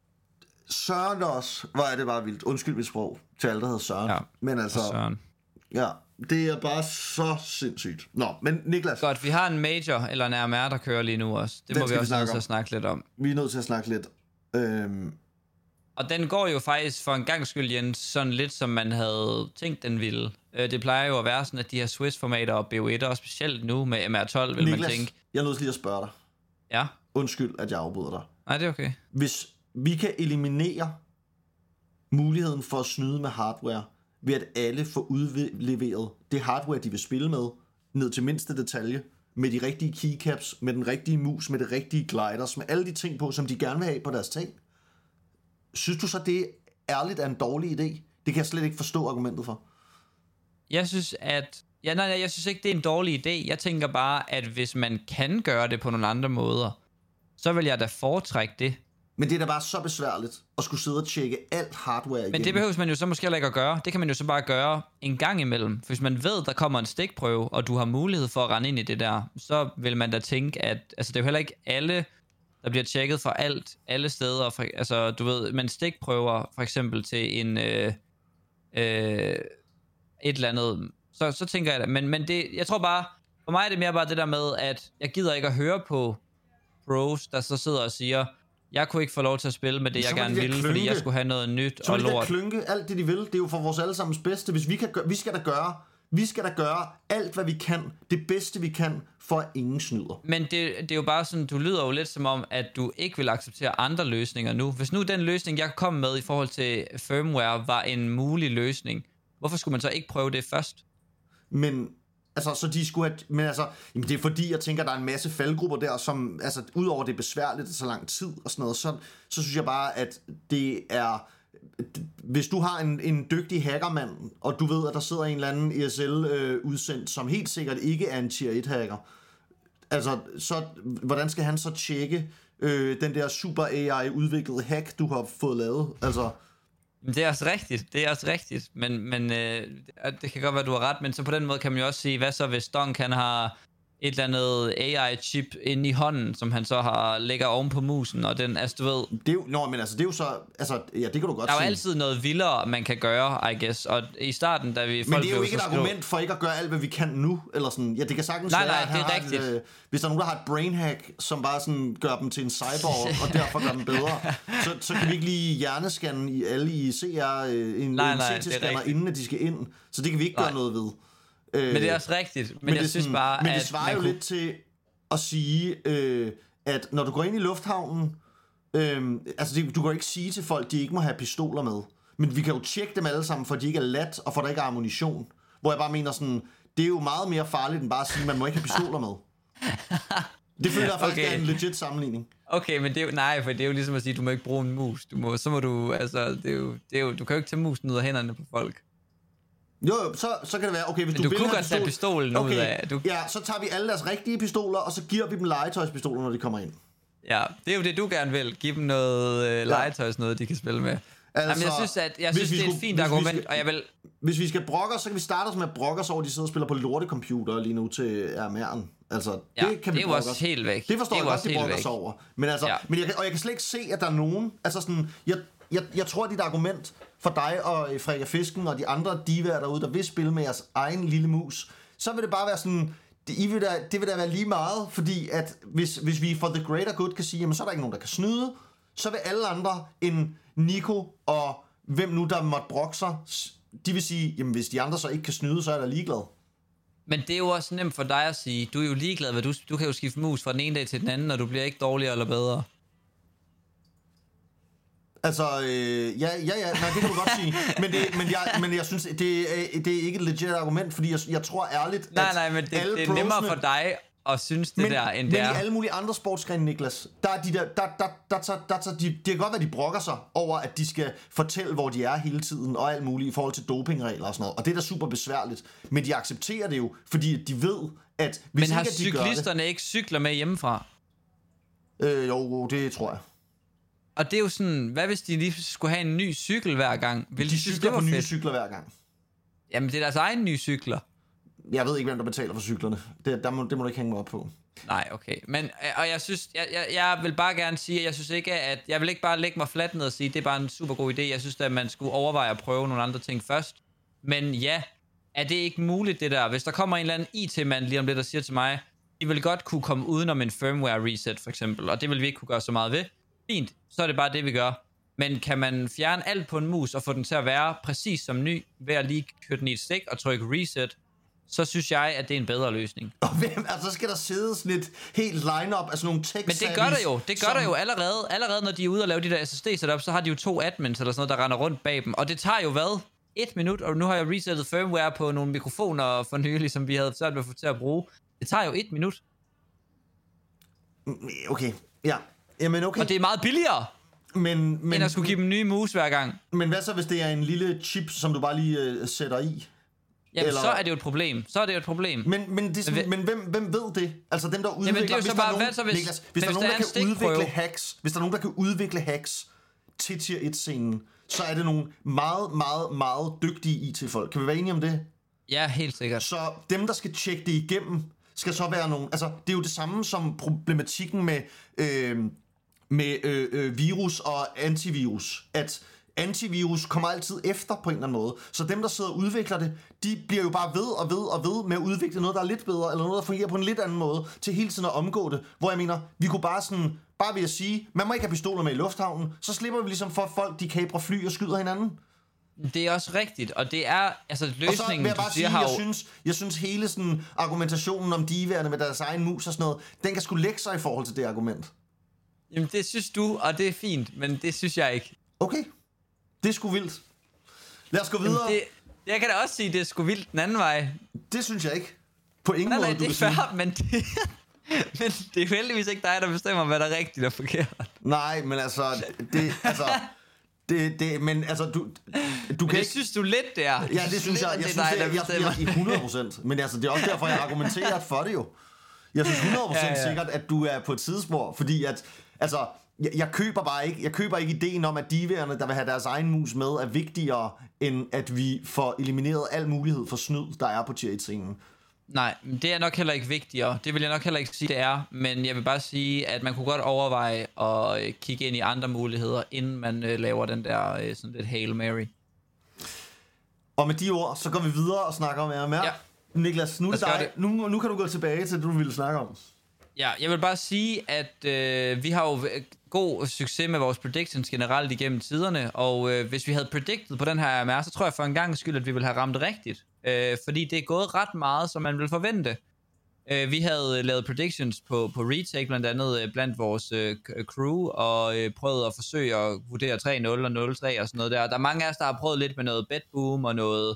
Søren også. Hvor er det bare vildt. Undskyld mit sprog til alle, der hedder Søren. Ja, men altså, Søren. Ja, det er bare så sindssygt. Nå, men Niklas. Godt, vi har en major, eller en R M R, der kører lige nu også. Det den må vi også nødt til at snakke lidt om. Vi er nødt til at snakke lidt. Øhm... Og den går jo faktisk for en gang skyld, Jens, sådan lidt som man havde tænkt, den ville. Det plejer jo at være sådan, at de her Swiss-formater og B O et, og specielt nu med M R tolv, vil Niklas, man tænke. jeg er nødt til lige at spørge dig. Ja? Undskyld, at jeg afbryder dig. Nej, det er okay. Hvis vi kan eliminere muligheden for at snyde med hardware, ved at alle får udleveret det hardware, de vil spille med, ned til mindste detalje, med de rigtige keycaps, med den rigtige mus, med det rigtige gliders, med alle de ting på, som de gerne vil have på deres ting. Synes du så, det ærligt er en dårlig idé? Det kan jeg slet ikke forstå argumentet for. Jeg synes, at... Ja, nej, jeg synes ikke, det er en dårlig idé. Jeg tænker bare, at hvis man kan gøre det på nogle andre måder, så vil jeg da foretrække det. Men det er da bare så besværligt at skulle sidde og tjekke alt hardware igen. Men det behøver man jo så måske heller ikke at gøre. Det kan man jo så bare gøre en gang imellem. For hvis man ved, der kommer en stikprøve, og du har mulighed for at rende ind i det der, så vil man da tænke, at... Altså, det er jo heller ikke alle... der bliver tjekket for alt, alle steder. For, altså, du ved, man stikprøver for eksempel til en øh, øh, et eller andet. Så, så tænker jeg det. Men, men det, jeg tror bare, for mig er det mere bare det der med, at jeg gider ikke at høre på pros, der så sidder og siger, jeg kunne ikke få lov til at spille med det, jeg gerne ville, klynke. Fordi jeg skulle have noget nyt så og lort. Så de klynke alt det, de vil. Det er jo for vores allesammens bedste. Hvis vi, kan gøre, vi skal da gøre... Vi skal da gøre alt, hvad vi kan, det bedste vi kan, for at ingen snyder. Men det, det er jo bare sådan, du lyder jo lidt som om, at du ikke vil acceptere andre løsninger nu. Hvis nu den løsning, jeg kom med i forhold til firmware, var en mulig løsning, hvorfor skulle man så ikke prøve det først? Men Altså, så de skulle have... Men altså, jamen det er fordi, jeg tænker, der er en masse faldgrupper der, som... Altså, udover det er besværligt og så lang tid og sådan noget, så, så synes jeg bare, at det er... Hvis du har en, en dygtig hackermand, og du ved, at der sidder en eller anden E S L-udsendt, øh, som helt sikkert ikke er en tier et hacker, altså, så hvordan skal han så tjekke øh, den der super A I-udviklede hack, du har fået lavet? Altså... Det er også rigtigt, det er også rigtigt, men, men øh, det kan godt være, du har ret, men så på den måde kan man jo også sige, hvad så hvis Stonk han har et eller andet A I-chip inde i hånden, som han så har lægger oven på musen, og den, altså du ved... Det er jo, nå, men altså, det er jo så, altså, ja, det kan du godt Der er jo sige. altid noget vildere, man kan gøre, I guess, og i starten, da vi... Men det er jo ikke et argument for ikke at gøre alt, hvad vi kan nu, eller sådan, ja, det kan sagtens nej, være, nej, det er rigtigt. Et, øh, hvis der er nogen, der har et brainhack, som bare sådan gør dem til en cyborg, og derfor gør dem bedre, så, så kan vi ikke lige hjernescanne i alle i C R, øh, en, nej, en nej, C T-scanner, inden at de skal ind, så det kan vi ikke nej. gøre noget ved. Men det er også rigtigt. Men, men jeg synes sådan, bare, men det svarer jo kunne... lidt til at sige, øh, at når du går ind i lufthavnen, øh, altså det, du kan ikke sige til folk, de ikke må have pistoler med. Men vi kan jo tjekke dem alle sammen, for de ikke er lat, og for der ikke er ammunition. Hvor jeg bare mener sådan, det er jo meget mere farligt, end bare at sige, at man må ikke have pistoler med. Det føler jeg faktisk okay. er en legit sammenligning. Okay, men det er jo, nej, for det er jo ligesom at sige, at du må ikke bruge en mus. Du må, så må du, altså, det er jo, det er jo, du kan jo ikke tage musen ud af hænderne på folk. Jo, jo, så, så kan det være, okay, hvis men du, du vil kunne have godt tage pistolen okay, ud af. Du... Ja, så tager vi alle deres rigtige pistoler, og så giver vi dem legetøjspistoler, når de kommer ind. Ja, det er jo det, du gerne vil. Give dem noget øh, legetøjs, noget de kan spille med. Altså, jamen, jeg synes, at, jeg synes det er skulle, et fint argument, skal, og jeg vil... Hvis vi skal brokke os, så kan vi starte os med at brokke os over, at de sidder og spiller på lortecomputer lige nu til R M'eren. Altså, ja, det kan vi det er jo også os. helt væk. Det forstår det jeg godt, de brokker os over. Men altså, ja. men jeg, og jeg kan slet ikke se, at der er nogen... Altså sådan, jeg, jeg, jeg tror, at dit argument for dig og Frederik Fisken og de andre divaer derude, der vil spille med jeres egen lille mus, så vil det bare være sådan... Det, I vil da, det vil da være lige meget, fordi at hvis, hvis vi for the greater good kan sige, jamen så er der ikke nogen, der kan snyde, så vil alle andre end Nico og hvem nu der måtte brokke sig, de vil sige, jamen hvis de andre så ikke kan snyde, så er jeg da ligeglad. Men det er jo også nemt for dig at sige, du er jo ligeglad, hvad du, du kan jo skifte mus fra den ene dag til den anden, og du bliver ikke dårligere eller bedre. Altså, øh, ja, ja, ja, nej, det kan du godt sige. Men, det, men, jeg, men jeg synes, det er, det er ikke et legit argument, fordi jeg, jeg tror ærligt, nej, at nej, men det, det er prosene, nemmere for dig at synes det men, der, end men det er. Men i alle mulige andre sportsgrene, Niklas, der er de der, der, der, der, der, der, der de, det kan godt være, de brokker sig over, at de skal fortælle, hvor de er hele tiden, og alt muligt i forhold til dopingregler og sådan noget. Og det er da super besværligt. Men de accepterer det jo, fordi de ved, at hvis men har ikke, at de cyklisterne det, ikke cykler med hjemmefra? Øh, jo, det tror jeg. Og det er jo sådan, hvad hvis de lige skulle have en ny cykel hver gang? Vil de, de cykler på nye fedt? cykler hver gang. Jamen, det er deres egen nye cykler. Jeg ved ikke, hvem der betaler for cyklerne. Det, der må, det må du ikke hænge mig op på. Nej, okay. Men, og jeg synes, jeg, jeg, jeg vil bare gerne sige, at jeg synes ikke, at jeg vil ikke bare lægge mig fladt ned og sige, at det er bare en super god idé. Jeg synes, at man skulle overveje at prøve nogle andre ting først. Men ja, er det ikke muligt det der? Hvis der kommer en eller anden I T-mand lige om det, der siger til mig, I vil godt kunne komme udenom en firmware reset for eksempel, og det vil vi ikke kunne gøre så meget ved. Fint, så er det bare det, vi gør. Men kan man fjerne alt på en mus og få den til at være præcis som ny, ved at lige køre den i et stik og trykke reset, så synes jeg, at det er en bedre løsning. Og hvem, altså så skal der sidde sådan et helt line-up af sådan nogle tech. Men det gør der jo, det gør som... der jo allerede. Allerede når de er ude og lave de der S S D-setup, så har de jo to admins eller sådan noget, der render rundt bag dem. Og det tager jo hvad? Et minut, og nu har jeg resettet firmware på nogle mikrofoner for nylig, som vi havde svært ved at få til at bruge. Det tager jo et minut. Okay, ja. Jamen okay. Og det er meget billigere, men, men, end at skulle give dem nye mus hver gang. Men hvad så, hvis det er en lille chip, som du bare lige uh, sætter i? Jamen, eller... så er det jo et problem. Så er det jo et problem. Men, men, det, men, men hvem, hvem ved det? Altså dem, der udvikler... Jamen, det er jo så bare, nogen, hvad så hvis... Niklas, hvis der er nogen, der, der kan udvikle hacks, hvis der er nogen, der kan udvikle hacks til tier et-scenen, så er det nogle meget, meget, meget dygtige I T-folk. Kan vi være enige om det? Ja, helt sikkert. Så dem, der skal tjekke det igennem, skal så være nogle... Altså, det er jo det samme som problematikken med... Øh, med øh, øh, virus og antivirus, at antivirus kommer altid efter på en eller anden måde. Så dem, der sidder og udvikler det, de bliver jo bare ved og ved og ved med at udvikle noget, der er lidt bedre, eller noget, der fungerer på en lidt anden måde, til hele tiden at omgå det. Hvor jeg mener, vi kunne bare sådan, bare ved at sige, man må ikke have pistoler med i lufthavnen, så slipper vi ligesom for folk, de kaprer fly og skyder hinanden. Det er også rigtigt, og det er, altså løsningen, og så vil jeg bare du sige, siger, jeg, jo... synes, jeg synes hele sådan argumentationen om divaerne med deres egen mus og sådan noget, den kan sgu lægge sig i forhold til det argument. Jamen det synes du, og det er fint, men det synes jeg ikke. Okay, det er sgu vildt. Lad os gå videre. Jamen det, jeg kan da også sige, det er sgu vildt den anden vej. Det synes jeg ikke. På ingen nej, måde, nej, du det kan er fair, sige. men det, men det er jo heldigvis ikke dig, der bestemmer, hvad der er rigtigt og forkert. Nej, men altså, det, altså, det, det, men altså, du, du men kan det ikke... synes du lidt, der. Ja, det synes jeg, jeg, jeg synes, det er, jeg, jeg, jeg, hundrede procent. Men altså, det er også derfor, jeg argumenterer for det jo. Jeg synes hundrede procent ja, ja. sikkert, at du er på et tidsspor, fordi at, altså, jeg, jeg køber bare ikke, jeg køber ikke ideen om, at divæerne, der vil have deres egen mus med, er vigtigere, end at vi får elimineret al mulighed for snyd, der er på tier et-scenen. Nej, det er nok heller ikke vigtigere. Det vil jeg nok heller ikke sige, det er. Men jeg vil bare sige, at man kunne godt overveje at kigge ind i andre muligheder, inden man laver den der sådan lidt Hail Mary. Og med de ord, så går vi videre og snakker om R M R. Ja. Niklas, nu, er det dig. Nu, nu kan du gå tilbage til det, du ville snakke om. Ja, jeg vil bare sige, at øh, vi har jo god succes med vores predictions generelt igennem tiderne, og øh, hvis vi havde predicted på den her R M R, så tror jeg for en gang skyld, at vi ville have ramt rigtigt. Øh, fordi det er gået ret meget, som man ville forvente. Øh, vi havde lavet predictions på, på retake, blandt andet øh, blandt vores øh, crew, og øh, prøvet at forsøge at vurdere tre nul og nul tre og sådan noget der. Der er mange af os, der har prøvet lidt med noget betboom og noget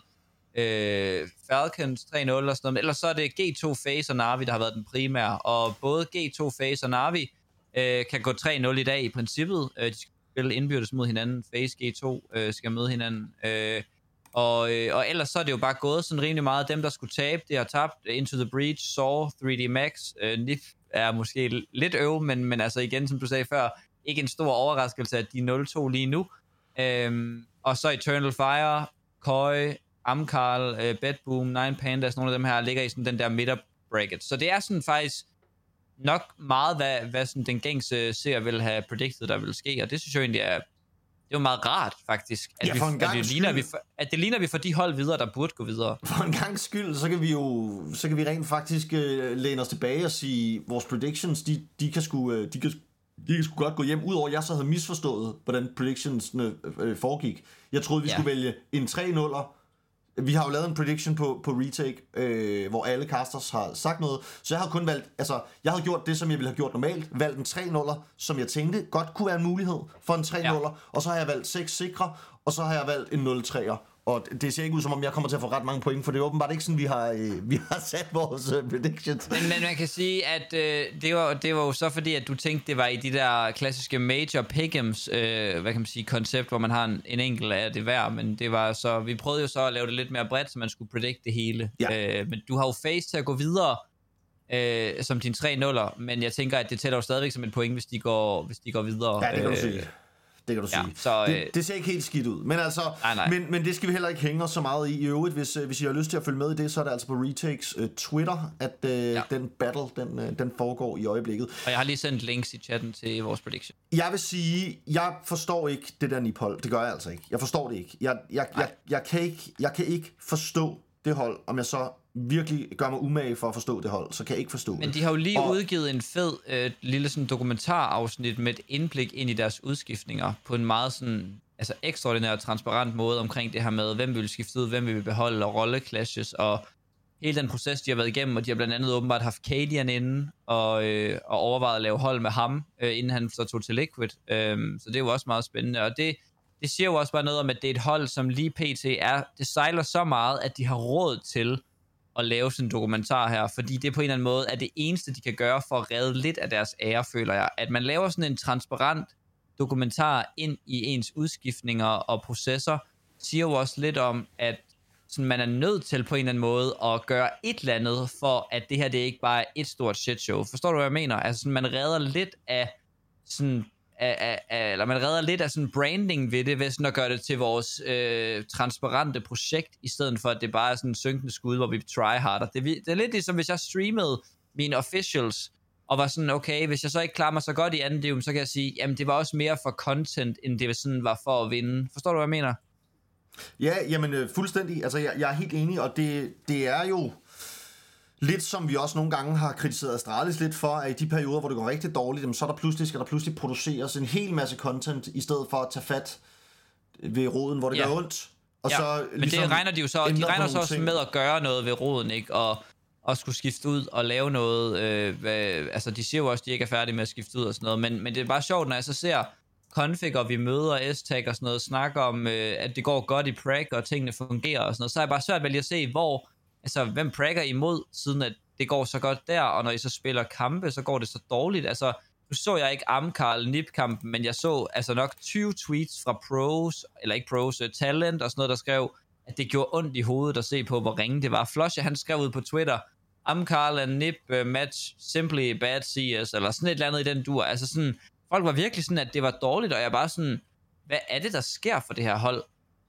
øh, Falcons tre nul og sådan noget. Ellers så er det G to FaZe og Na'Vi, der har været den primære. Og både G to FaZe og Na'Vi øh, kan gå tre nul i dag i princippet. Øh, de skal spille indbyrdes mod hinanden. FaZe G to øh, skal møde hinanden. Øh, Og, øh, og ellers så er det jo bare gået sådan rimelig meget. Dem, der skulle tabe, det har tabt. Into the Breach, Saw, tre D Max. Øh, N I F er måske lidt øv, men, men altså igen, som du sagde før, ikke en stor overraskelse, at de er nul to lige nu. Øhm, og så Eternal Fire, Koi, Amkarl, øh, Bedboom, Nine Pandas, nogle af dem her ligger i sådan den der midter-bracket. Så det er sådan faktisk nok meget, hvad, hvad sådan den gængse seer vil have predicted, der vil ske. Og det synes jeg egentlig er... Det er jo meget rart, faktisk, at, ja, vi, at, det ligner, vi, at det ligner, vi får de hold videre, der burde gå videre. For en gang skyld, så kan vi jo så kan vi rent faktisk uh, læne os tilbage og sige, vores predictions, de, de, kan sgu, uh, de, kan, de kan sgu godt gå hjem, udover at jeg så havde misforstået, hvordan predictionsne uh, foregik. Jeg troede, vi ja. skulle vælge en tre nuller. Vi har jo lavet en prediction på, på retake, øh, hvor alle casters har sagt noget, så jeg har kun valgt, altså, jeg havde gjort det, som jeg ville have gjort normalt, valgt en tre nuller, som jeg tænkte godt kunne være en mulighed for en tre nuller, ja. Og så har jeg valgt seks sikre, og så har jeg valgt en nul treer. Og det ser ikke ud som om, jeg kommer til at få ret mange point, for det er åbenbart ikke sådan, vi har, øh, vi har sat vores øh, predictions. Men, men man kan sige, at øh, det, var, det var jo så fordi, at du tænkte, det var i de der klassiske major pick'ems, øh, hvad kan man sige, koncept, hvor man har en, en enkelt af det hver, men det var så, vi prøvede jo så at lave det lidt mere bredt, så man skulle predict det hele. Ja. Øh, men du har jo FaZe til at gå videre, øh, som din tre nuller, men jeg tænker, at det tæller jo stadigvæk som et point, hvis de går, hvis de går videre. Ja, det kan du sige. Det kan du sige. Ja, så, øh... det, det ser ikke helt skidt ud. Men altså, nej, nej. Men, men det skal vi heller ikke hænge os så meget i. I øvrigt, hvis, hvis I har lyst til at følge med i det, så er det altså på Retakes uh, Twitter, at uh, ja. den battle, den, uh, den foregår i øjeblikket. Og jeg har lige sendt links i chatten til vores prediction. Jeg vil sige, jeg forstår ikke det der N I P-hold. Det gør jeg altså ikke. Jeg forstår det ikke. Jeg, jeg, jeg, jeg, kan ikke. jeg kan ikke forstå det hold, om jeg så virkelig gør mig umage for at forstå det hold, så kan jeg ikke forstå det. Men de har jo lige og... udgivet en fed øh, lille sådan dokumentarafsnit med et indblik ind i deres udskiftninger på en meget sådan altså ekstraordinær og transparent måde omkring det her med, hvem vil skifte ud, hvem vil beholde og rolleclashes og hele den proces, de har været igennem, og de har blandt andet åbenbart haft Cadian inde og, øh, og overvejet at lave hold med ham, øh, inden han så tog til Liquid. Øh, så det er jo også meget spændende, og det, det siger jo også bare noget om, at det er et hold, som lige pt. er, det sejler så meget, at de har råd til at lave sådan en dokumentar her, fordi det på en eller anden måde er det eneste, de kan gøre for at redde lidt af deres ære, føler jeg. At man laver sådan en transparent dokumentar ind i ens udskiftninger og processer, siger jo også lidt om, at sådan, man er nødt til på en eller anden måde at gøre et eller andet, for at det her det ikke bare er et stort shitshow. Forstår du, hvad jeg mener? Altså sådan, man redder lidt af sådan Af, af, af, eller man redder lidt af sådan branding ved det, ved sådan at gøre det til vores øh, transparente projekt, i stedet for at det bare er sådan en synkende skud, hvor vi tryharder. Det, det er lidt ligesom, hvis jeg streamede mine officials, og var sådan, okay, hvis jeg så ikke klarer mig så godt i anden div, så kan jeg sige, jamen det var også mere for content, end det sådan var for at vinde. Forstår du, hvad jeg mener? Ja, jamen øh, fuldstændig. Altså, jeg, jeg er helt enig, og det, det er jo lidt som vi også nogle gange har kritiseret Astralis lidt for, at i de perioder, hvor det går rigtig dårligt, så er der pludselig, skal der pludselig produceres en hel masse content, i stedet for at tage fat ved roden, hvor det ja. gør ondt. Og ja. så, men ligesom det regner de jo så, de regner så også ting. med at gøre noget ved roden, ikke? Og, og skulle skifte ud og lave noget. Øh, hvad, altså, de siger jo også, at de ikke er færdige med at skifte ud og sådan noget, men, men det er bare sjovt, når jeg så ser config, og vi møder S-tag og sådan noget, snakker om, øh, at det går godt i prag, og tingene fungerer og sådan noget, så er jeg bare svært ved at se, hvor altså, hvem prakker imod, siden at det går så godt der, og når I så spiller kampe, så går det så dårligt. Altså, nu så jeg ikke Amkarl Nip-kampen, men jeg så altså nok tyve tweets fra pros, eller ikke pros, uh, talent og sådan noget, der skrev, at det gjorde ondt i hovedet at se på, hvor ringe det var. Flosje, han skrev ud på Twitter, Amkarl and Nip uh, match simply bad C S, eller sådan et eller andet i den dur. Altså sådan, folk var virkelig sådan, at det var dårligt, og jeg bare sådan, hvad er det, der sker for det her hold?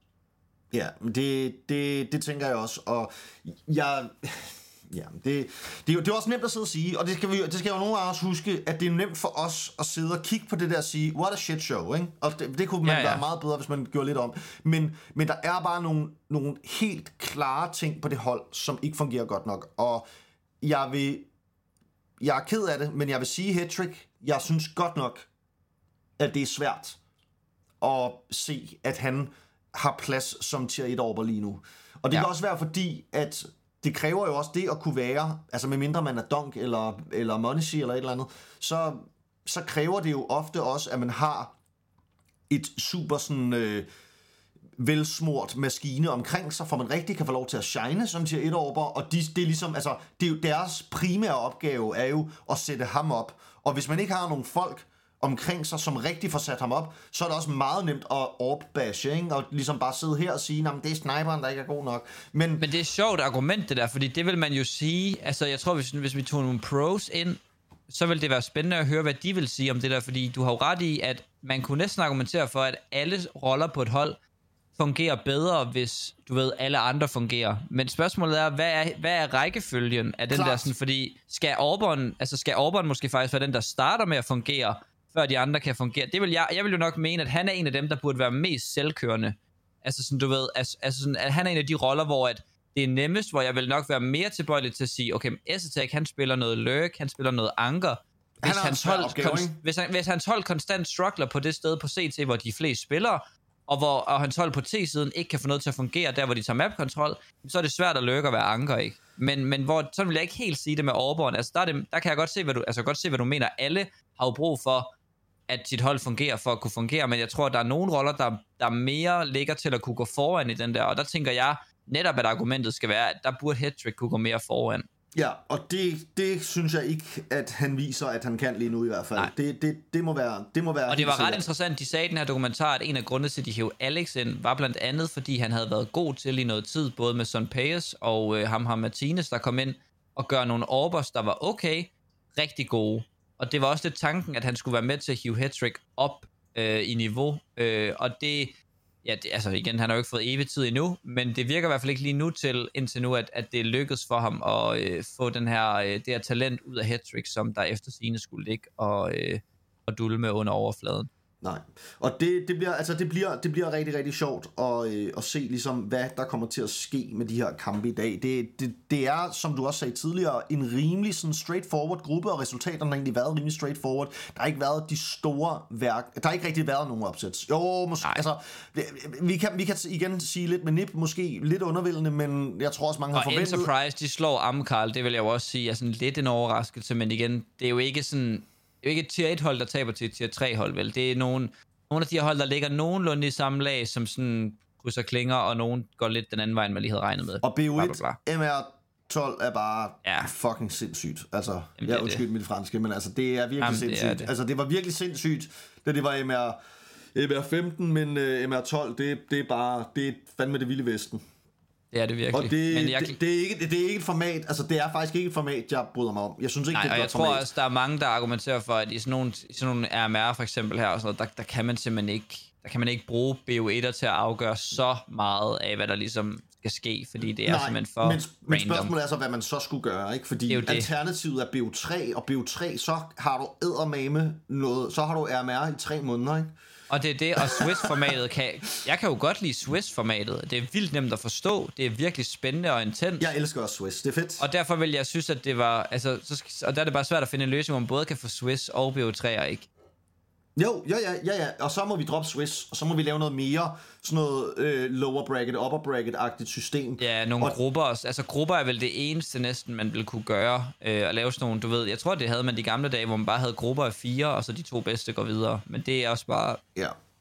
Ja, det, det, det tænker jeg også, og jeg... Ja, det, det, er jo, det er også nemt at sidde og sige, og det skal, vi, det skal jo nogle af os huske, at det er nemt for os at sidde og kigge på det der og sige, what a shit show, ikke? Og det, det kunne man ja, ja. være meget bedre, hvis man gjorde lidt om. Men, men der er bare nogle, nogle helt klare ting på det hold, som ikke fungerer godt nok. Og jeg vil, jeg er ked af det, men jeg vil sige, Hetrick, jeg synes godt nok, at det er svært at se, at han har plads som tier et over lige nu. Og det ja. kan også være fordi, at det kræver jo også det at kunne være, altså med mindre man er Dunk eller, eller Monesi eller et eller andet, så, så kræver det jo ofte også, at man har et super sådan øh, velsmurt maskine omkring sig, for man rigtig kan få lov til at shine som tier et over, og de, det er ligesom, altså, det er jo, deres primære opgave er jo at sætte ham op, og hvis man ikke har nogen folk omkring sig, som rigtig får sat ham op, så er det også meget nemt at orbashe, ikke? Og ligesom bare sidde her og sige, at det er sniperen, der ikke er god nok. Men, Men det er et sjovt argument, det der, fordi det vil man jo sige, altså jeg tror, hvis, hvis vi tog nogle pros ind, så vil det være spændende at høre, hvad de vil sige om det der, fordi du har jo ret i, at man kunne næsten argumentere for, at alle roller på et hold fungerer bedre, hvis du ved, alle andre fungerer. Men spørgsmålet er, hvad er, hvad er rækkefølgen af den Klart. der, sådan, fordi skal Auburn, altså skal Auburn måske faktisk være den, der starter med at fungere, før de andre kan fungere. Det vil jeg, jeg vil jo nok mene, at han er en af dem, der burde være mest selvkørende. Altså sådan, du ved, altså, altså sådan, at han er en af de roller, hvor at det er nemmest, hvor jeg vil nok være mere tilbøjelig til at sige, okay, S-Attack, han spiller noget lurk, han spiller noget anker. Hvis, han hans hold, opgave, konst, hvis, han, hvis hans hold konstant struggler på det sted på C T, hvor de fleste spiller, og hvor og hans hold på T-siden ikke kan få noget til at fungere, der hvor de tager map-kontrol, så er det svært at lurke og være anker, ikke? Men, men hvor, sådan vil jeg ikke helt sige det med Auburn. Altså, der, er det, der kan jeg godt se, hvad du, altså, godt se, hvad du mener. Alle har jo brug for, at sit hold fungerer for at kunne fungere, men jeg tror, at der er nogle roller, der, der mere ligger til at kunne gå foran i den der, og der tænker jeg netop, at argumentet skal være, at der burde Hetrick kunne gå mere foran. Ja, og det, det synes jeg ikke, at han viser, at han kan lige nu i hvert fald. Det, det, det må være det må være. Og det var ret interessant, de sagde i den her dokumentar, at en af grundene til, at de hævde Alex ind, var blandt andet, fordi han havde været god til i noget tid, både med Son Payes og øh, ham her Martinez, der kom ind og gør nogle orbers, der var okay, rigtig gode. Og det var også det tanken, at han skulle være med til at hive Hetrick op øh, i niveau. Øh, og det, ja, det, altså igen, han har jo ikke fået evig tid endnu, men det virker i hvert fald ikke lige nu til, indtil nu, at, at det lykkedes for ham at øh, få den her, øh, det her talent ud af Hetrick, som der efter sigende skulle ligge og, øh, og dulme under overfladen. Nej, og det, det, bliver, altså det, bliver, det bliver rigtig, rigtig sjovt at, øh, at se, ligesom, hvad der kommer til at ske med de her kampe i dag. Det, det, det er, som du også sagde tidligere, en rimelig sådan straightforward gruppe, og resultaterne har egentlig været rimelig straightforward. Der har ikke været de store værk. Der har ikke rigtig været nogen opsæt. Jo, måske, altså, vi kan, vi kan igen sige lidt med Nip, måske lidt undervældende, men jeg tror også, mange har og forventet. Og Enterprise, de slår Amkarl, det vil jeg jo også sige, er sådan lidt en overraskelse, men igen, det er jo ikke sådan... Det er jo ikke et tier et hold, der taber til et tier tre hold, vel? Det er nogle, nogle af de her hold, der ligger nogenlunde i samme lag, som sådan krydser klinger, og nogen går lidt den anden vej, end man lige havde regnet med. Og B O et, M R tolv er bare ja. fucking sindssygt. Altså, Jamen, jeg undskyld mit franske, men altså, det er virkelig Jamen, sindssygt. Det er det. Altså, det var virkelig sindssygt, da det var M R, M R femten, men uh, M R tolv, det, det er bare, det er fandme det vilde vesten. Det er det virkelig. Og det, men jeg... det, det, er ikke, det, det er ikke et format, altså det er faktisk ikke et format, jeg bryder mig om. Jeg synes ikke, Nej, det er et og jeg tror format. Også, der er mange, der argumenterer for, at i sådan nogle, i sådan nogle R M R for eksempel her, og sådan noget, der, der kan man simpelthen ikke, der kan man ikke bruge B O et'er til at afgøre så meget af, hvad der ligesom skal ske, fordi det er Nej, simpelthen for men, men spørgsmålet er så, hvad man så skulle gøre, ikke? Fordi alternativet er B O tre, og B O tre, så har du eddermame noget, så har du R M R i tre måneder, ikke? Og det er det, og Swiss-formatet kan... Jeg kan jo godt lide Swiss-formatet. Det er vildt nemt at forstå. Det er virkelig spændende og intens. Jeg elsker også Swiss. Det er fedt. Og derfor vil jeg synes, at det var... Altså, så, og der er det bare svært at finde en løsning, hvor man både kan få Swiss og B O tre'er, ikke? Jo, ja, ja, ja, ja. Og så må vi droppe Swiss, og så må vi lave noget mere sådan noget øh, lower bracket, upper bracket-agtigt system. Ja, nogle og... grupper også. Altså, grupper er vel det eneste næsten, man ville kunne gøre. Øh, at lave sådan nogle, du ved... Jeg tror, det havde man de gamle dage, hvor man bare havde grupper af fire, og så de to bedste går videre. Men det er også bare... Ja.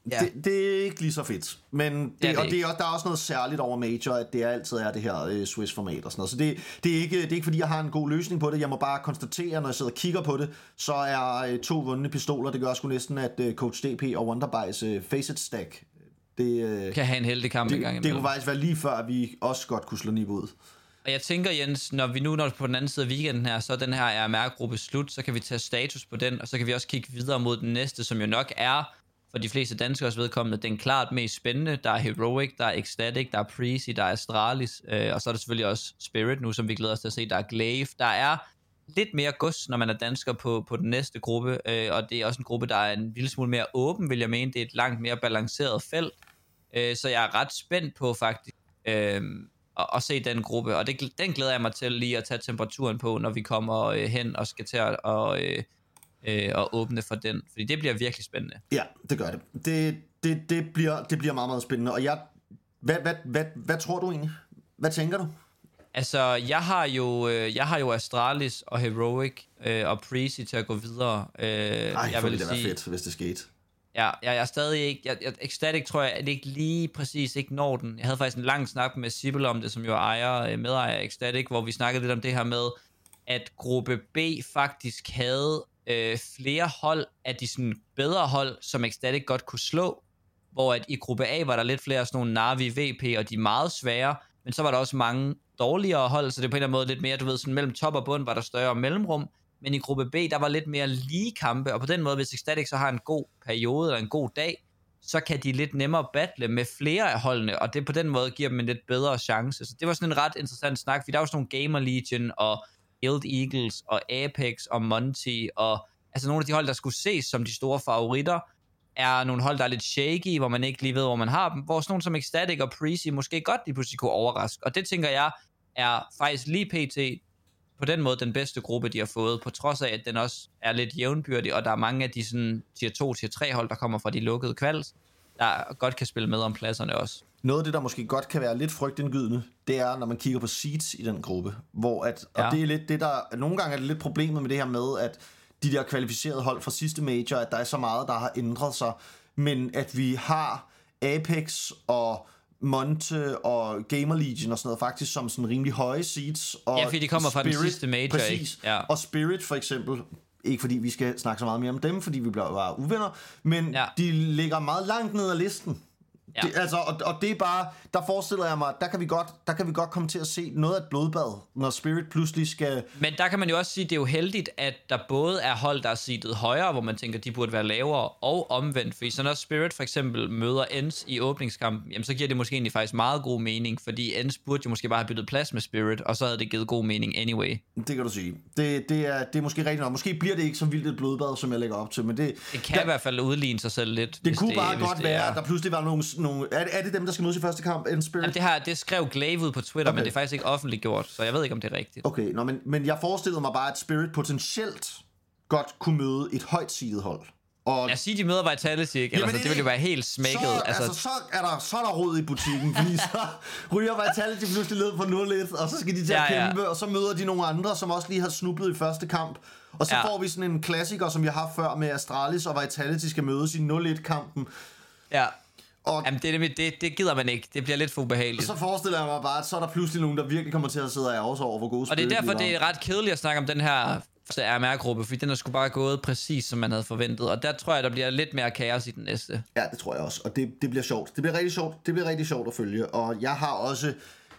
Ja. Det, det er ikke lige så fedt. Men det, ja, det og det er, der er også noget særligt over Major, at det altid er det her uh, Swiss-format og sådan noget. Så det, det, er ikke, det er ikke fordi, jeg har en god løsning på det. Jeg må bare konstatere, når jeg sidder og kigger på det, så er uh, to vundne pistoler, det gør sgu næsten, at uh, Coach D P og Wonderby's uh, Facet Stack, det, uh, kan have en heldig kamp det, i gang. Det kunne faktisk være lige før, at vi også godt kunne slå niveau ud. Og jeg tænker, Jens, når vi nu når på den anden side af weekenden her, så er den her R M R-gruppe slut, så kan vi tage status på den, og så kan vi også kigge videre mod den næste, som jo nok er, for de fleste danskers vedkommende, den klart mest spændende. Der er Heroic, der er Ecstatic, der er Preezy, der er Astralis, øh, og så er der selvfølgelig også Spirit nu, som vi glæder os til at se. Der er Glaive. Der er lidt mere gods, når man er dansker på, på den næste gruppe, øh, og det er også en gruppe, der er en lille smule mere åben, vil jeg mene. Det er et langt mere balanceret felt, øh, så jeg er ret spændt på faktisk øh, at, at se den gruppe, og det, den glæder jeg mig til lige at tage temperaturen på, når vi kommer øh, hen og skal til at og, øh, øh, og åbne for den, fordi det bliver virkelig spændende. Ja, det gør det. Det, det, det, bliver, det bliver meget, meget spændende, og jeg, hvad, hvad, hvad, hvad tror du egentlig? Hvad tænker du? Altså, jeg har jo, øh, jeg har jo Astralis og Heroic øh, og Preezy til at gå videre. Øh, Ej, jeg vil det være fedt, hvis det skete. Ja, jeg, jeg er stadig ikke... Jeg, jeg, Ecstatic tror jeg, at det ikke lige præcis ikke når den. Jeg havde faktisk en lang snak med Sibyl om det, som jo ejer, medejer af Ecstatic, hvor vi snakkede lidt om det her med, at gruppe B faktisk havde øh, flere hold af de sådan bedre hold, som Ecstatic godt kunne slå, hvor at i gruppe A var der lidt flere sådan nogle Na'Vi, V P, og de meget svære, men så var der også mange dårligere hold, så det er på en eller anden måde lidt mere, du ved, sådan mellem top og bund var der større mellemrum, men i gruppe B, der var lidt mere lige kampe, og på den måde, hvis Ecstatic så har en god periode eller en god dag, så kan de lidt nemmere battle med flere af holdene, og det på den måde giver dem en lidt bedre chance. Så det var sådan en ret interessant snak, for der var sådan nogle Gamer Legion, og Ild Eagles, og Apex, og Monty, og altså nogle af de hold, der skulle ses som de store favoritter, er nogle hold, der er lidt shaky, hvor man ikke lige ved, hvor man har dem, hvor sådan nogle som Ecstatic og Preezy måske godt lige pludselig kunne overraske. Og det tænker jeg er faktisk lige pt. På den måde den bedste gruppe, de har fået, på trods af, at den også er lidt jævnbyrdig, og der er mange af de sådan tier to, tier tre hold, der kommer fra de lukkede kvals, der godt kan spille med om pladserne også. Noget af det, der måske godt kan være lidt frygtindgydende, det er, når man kigger på seeds i den gruppe, hvor at, og ja. det er lidt det, der, nogle gange er det lidt problemet med det her med, at de der kvalificerede hold fra sidste major, at der er så meget, der har ændret sig, men at vi har Apex og Monte og Gamer Legion og sådan noget, faktisk som sådan rimelig høje seeds. Og ja, fordi de kommer Spirit, fra den sidste major, præcis, ja. Og Spirit for eksempel, ikke fordi vi skal snakke så meget mere om dem, fordi vi bliver bare uvenner, men ja. De ligger meget langt ned ad listen. Ja. Det, altså, og, og det er bare, der forestiller jeg mig, der kan vi godt, der kan vi godt komme til at se noget af et blodbad, når Spirit pludselig skal... Men der kan man jo også sige, det er jo heldigt, at der både er hold, der er seedet højere, hvor man tænker, de burde være lavere, og omvendt, fordi så når Spirit for eksempel møder Ends i åbningskampen, jamen så giver det måske egentlig faktisk meget god mening, fordi Ends burde jo måske bare have byttet plads med Spirit, og så havde det givet god mening anyway. Det kan du sige. Det, det, er, det er måske rigtigt nok. Måske bliver det ikke så vildt et blodbad, som jeg lægger op til, men det... Det kan der, i hvert fald udligne sig selv lidt. Det kunne det, bare godt være, at der pludselig var nogle... nogle er, er det dem, der skal mødes i første kamp, Ends Spirit? Jamen, det, her, det skrev Glaive ud på Twitter, okay. Men det er faktisk ikke offentligt gjort, så jeg ved ikke, om det er rigtigt. Okay, nå, men, men jeg forestillede mig bare, at Spirit potentielt godt kunne møde et højt seedet hold. Og jeg siger, de møder Vitality, ikke? Ellers, det, det ville jo være helt smækket. Så, altså, altså, så, er der, så er der rod i butikken, fordi så ryger Vitality pludselig ned på nul et, og så skal de til at ja, kæmpe, ja. Og så møder de nogle andre, som også lige har snublet i første kamp. Og så ja. Får vi sådan en klassiker, som vi har haft før med Astralis og Vitality skal mødes i nul et-kampen. Ja. Og jamen, det, det, det gider man ikke. Det bliver lidt for ubehageligt. Så forestiller jeg mig bare, at så er der pludselig nogen, der virkelig kommer til at sidde og ærge sig over, hvor gode spil. Og det er derfor, det er ret kedeligt at snakke om den her R M R-gruppe, fordi den er sgu bare gået præcis, som man havde forventet. Og der tror jeg, der bliver lidt mere kaos i den næste. Ja, det tror jeg også. Og det, det bliver sjovt. Det bliver rigtig sjovt. Det bliver rigtig sjovt at følge. Og jeg har også,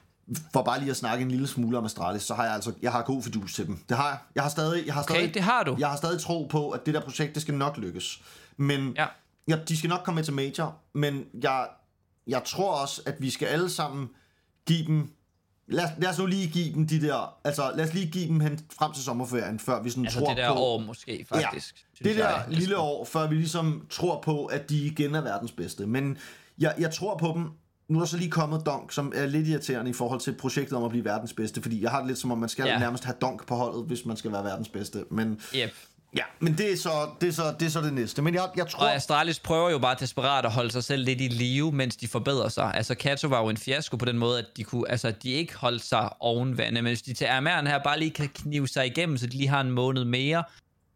for bare lige at snakke en lille smule om Astralis, så har jeg altså, jeg har god fidus til dem. Det har jeg. Jeg har stadig, jeg har stadig, okay, det har du. Jeg har stadig tro på, at det der projekt, det skal nok lykkes. Men ja. Ja, de skal nok komme med til major, men jeg, jeg tror også, at vi skal alle sammen give dem, lad, lad os nu lige give dem de der, altså lad os lige give dem hen frem til sommerferien, før vi sådan altså tror på... Altså det der år måske, faktisk. Ja, det der jeg, lille år, før vi ligesom tror på, at de igen er verdens bedste. Men jeg, jeg tror på dem. Nu er der så lige kommet Donk, som er lidt irriterende i forhold til projektet om at blive verdens bedste, fordi jeg har det lidt som om, man skal ja. nærmest have Donk på holdet, hvis man skal være verdens bedste. Men... Yep. Ja, men det er så det er så det er så det næste. Men jeg jeg tror og Astralis prøver jo bare desperat at holde sig selv lidt i live, mens de forbedrer sig. Altså Kato var jo en fiasko på den måde, at de kunne altså de ikke holdt sig oven vande, men hvis de til R M R'en her bare lige kan knive sig igennem, så de lige har en måned mere,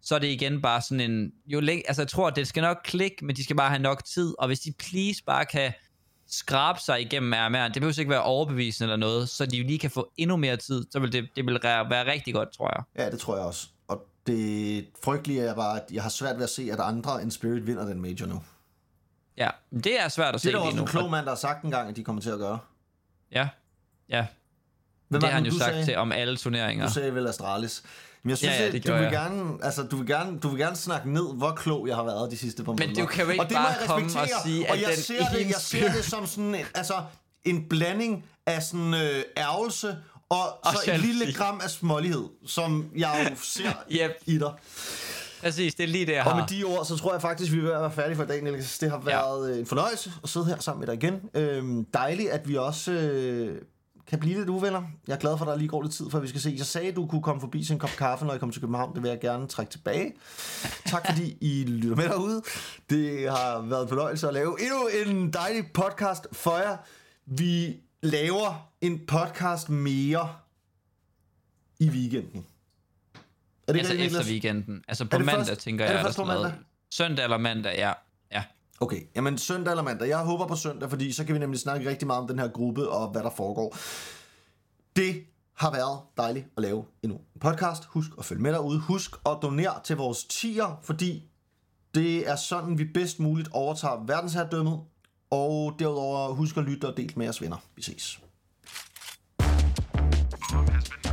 så er det igen bare sådan en... Jo læng- altså, jeg tror, at det skal nok klikke, men de skal bare have nok tid. Og hvis de please bare kan skrabe sig igennem R M R'en, det behøver ikke være overbevisende eller noget, så de lige kan få endnu mere tid, så vil det, det vil være rigtig godt, tror jeg. Ja, det tror jeg også. Og det frygtelige er bare, at jeg har svært ved at se, at andre end Spirit vinder den major nu. Ja, det er svært at se lige nu. Det er der også en klog mand, der har sagt engang, at de kommer til at gøre. Ja, ja. Hvem det har han nu, jo sagt sagde? til om alle turneringer. Du sagde vel Astralis. Men jeg synes, ja, ja, at du vil, gerne, altså, du, vil gerne, du vil gerne snakke ned, hvor klog jeg har været de sidste par måneder. Men du kan jo ikke bare komme og sige, og at jeg den ser det, jeg ser det som sådan en, altså, en blanding af sådan øh, ærgelse og, og så et lille gram af smålighed, som jeg jo ser yep. i dig. Præcis, det er lige det, jeg har. Og med de ord, så tror jeg faktisk, vi vil være færdige for i dag, Niels. Det har været ja. en fornøjelse at sidde her sammen med dig igen. Øhm, dejligt, at vi også øh, kan blive lidt uvenner. Jeg er glad for, at der lige går lidt tid, før vi skal se. Jeg sagde, at du kunne komme forbi til en kop kaffe, når jeg kommer til København. Det vil jeg gerne trække tilbage. Tak fordi I lytter med derude. Det har været en fornøjelse at lave endnu en dejlig podcast for jer. Vi laver en podcast mere i weekenden. Er det altså efter Niklas? Weekenden. Altså på mandag, først, tænker jeg. Er det først på mandag? Søndag eller mandag, ja. ja. Okay, jamen søndag eller mandag. Jeg håber på søndag, fordi så kan vi nemlig snakke rigtig meget om den her gruppe og hvad der foregår. Det har været dejligt at lave endnu en podcast. Husk at følge med derude. Husk at donere til vores tier, fordi det er sådan, vi bedst muligt overtager verdensherredømmet. Og derudover husk at lytte og dele med jeres venner. Vi ses.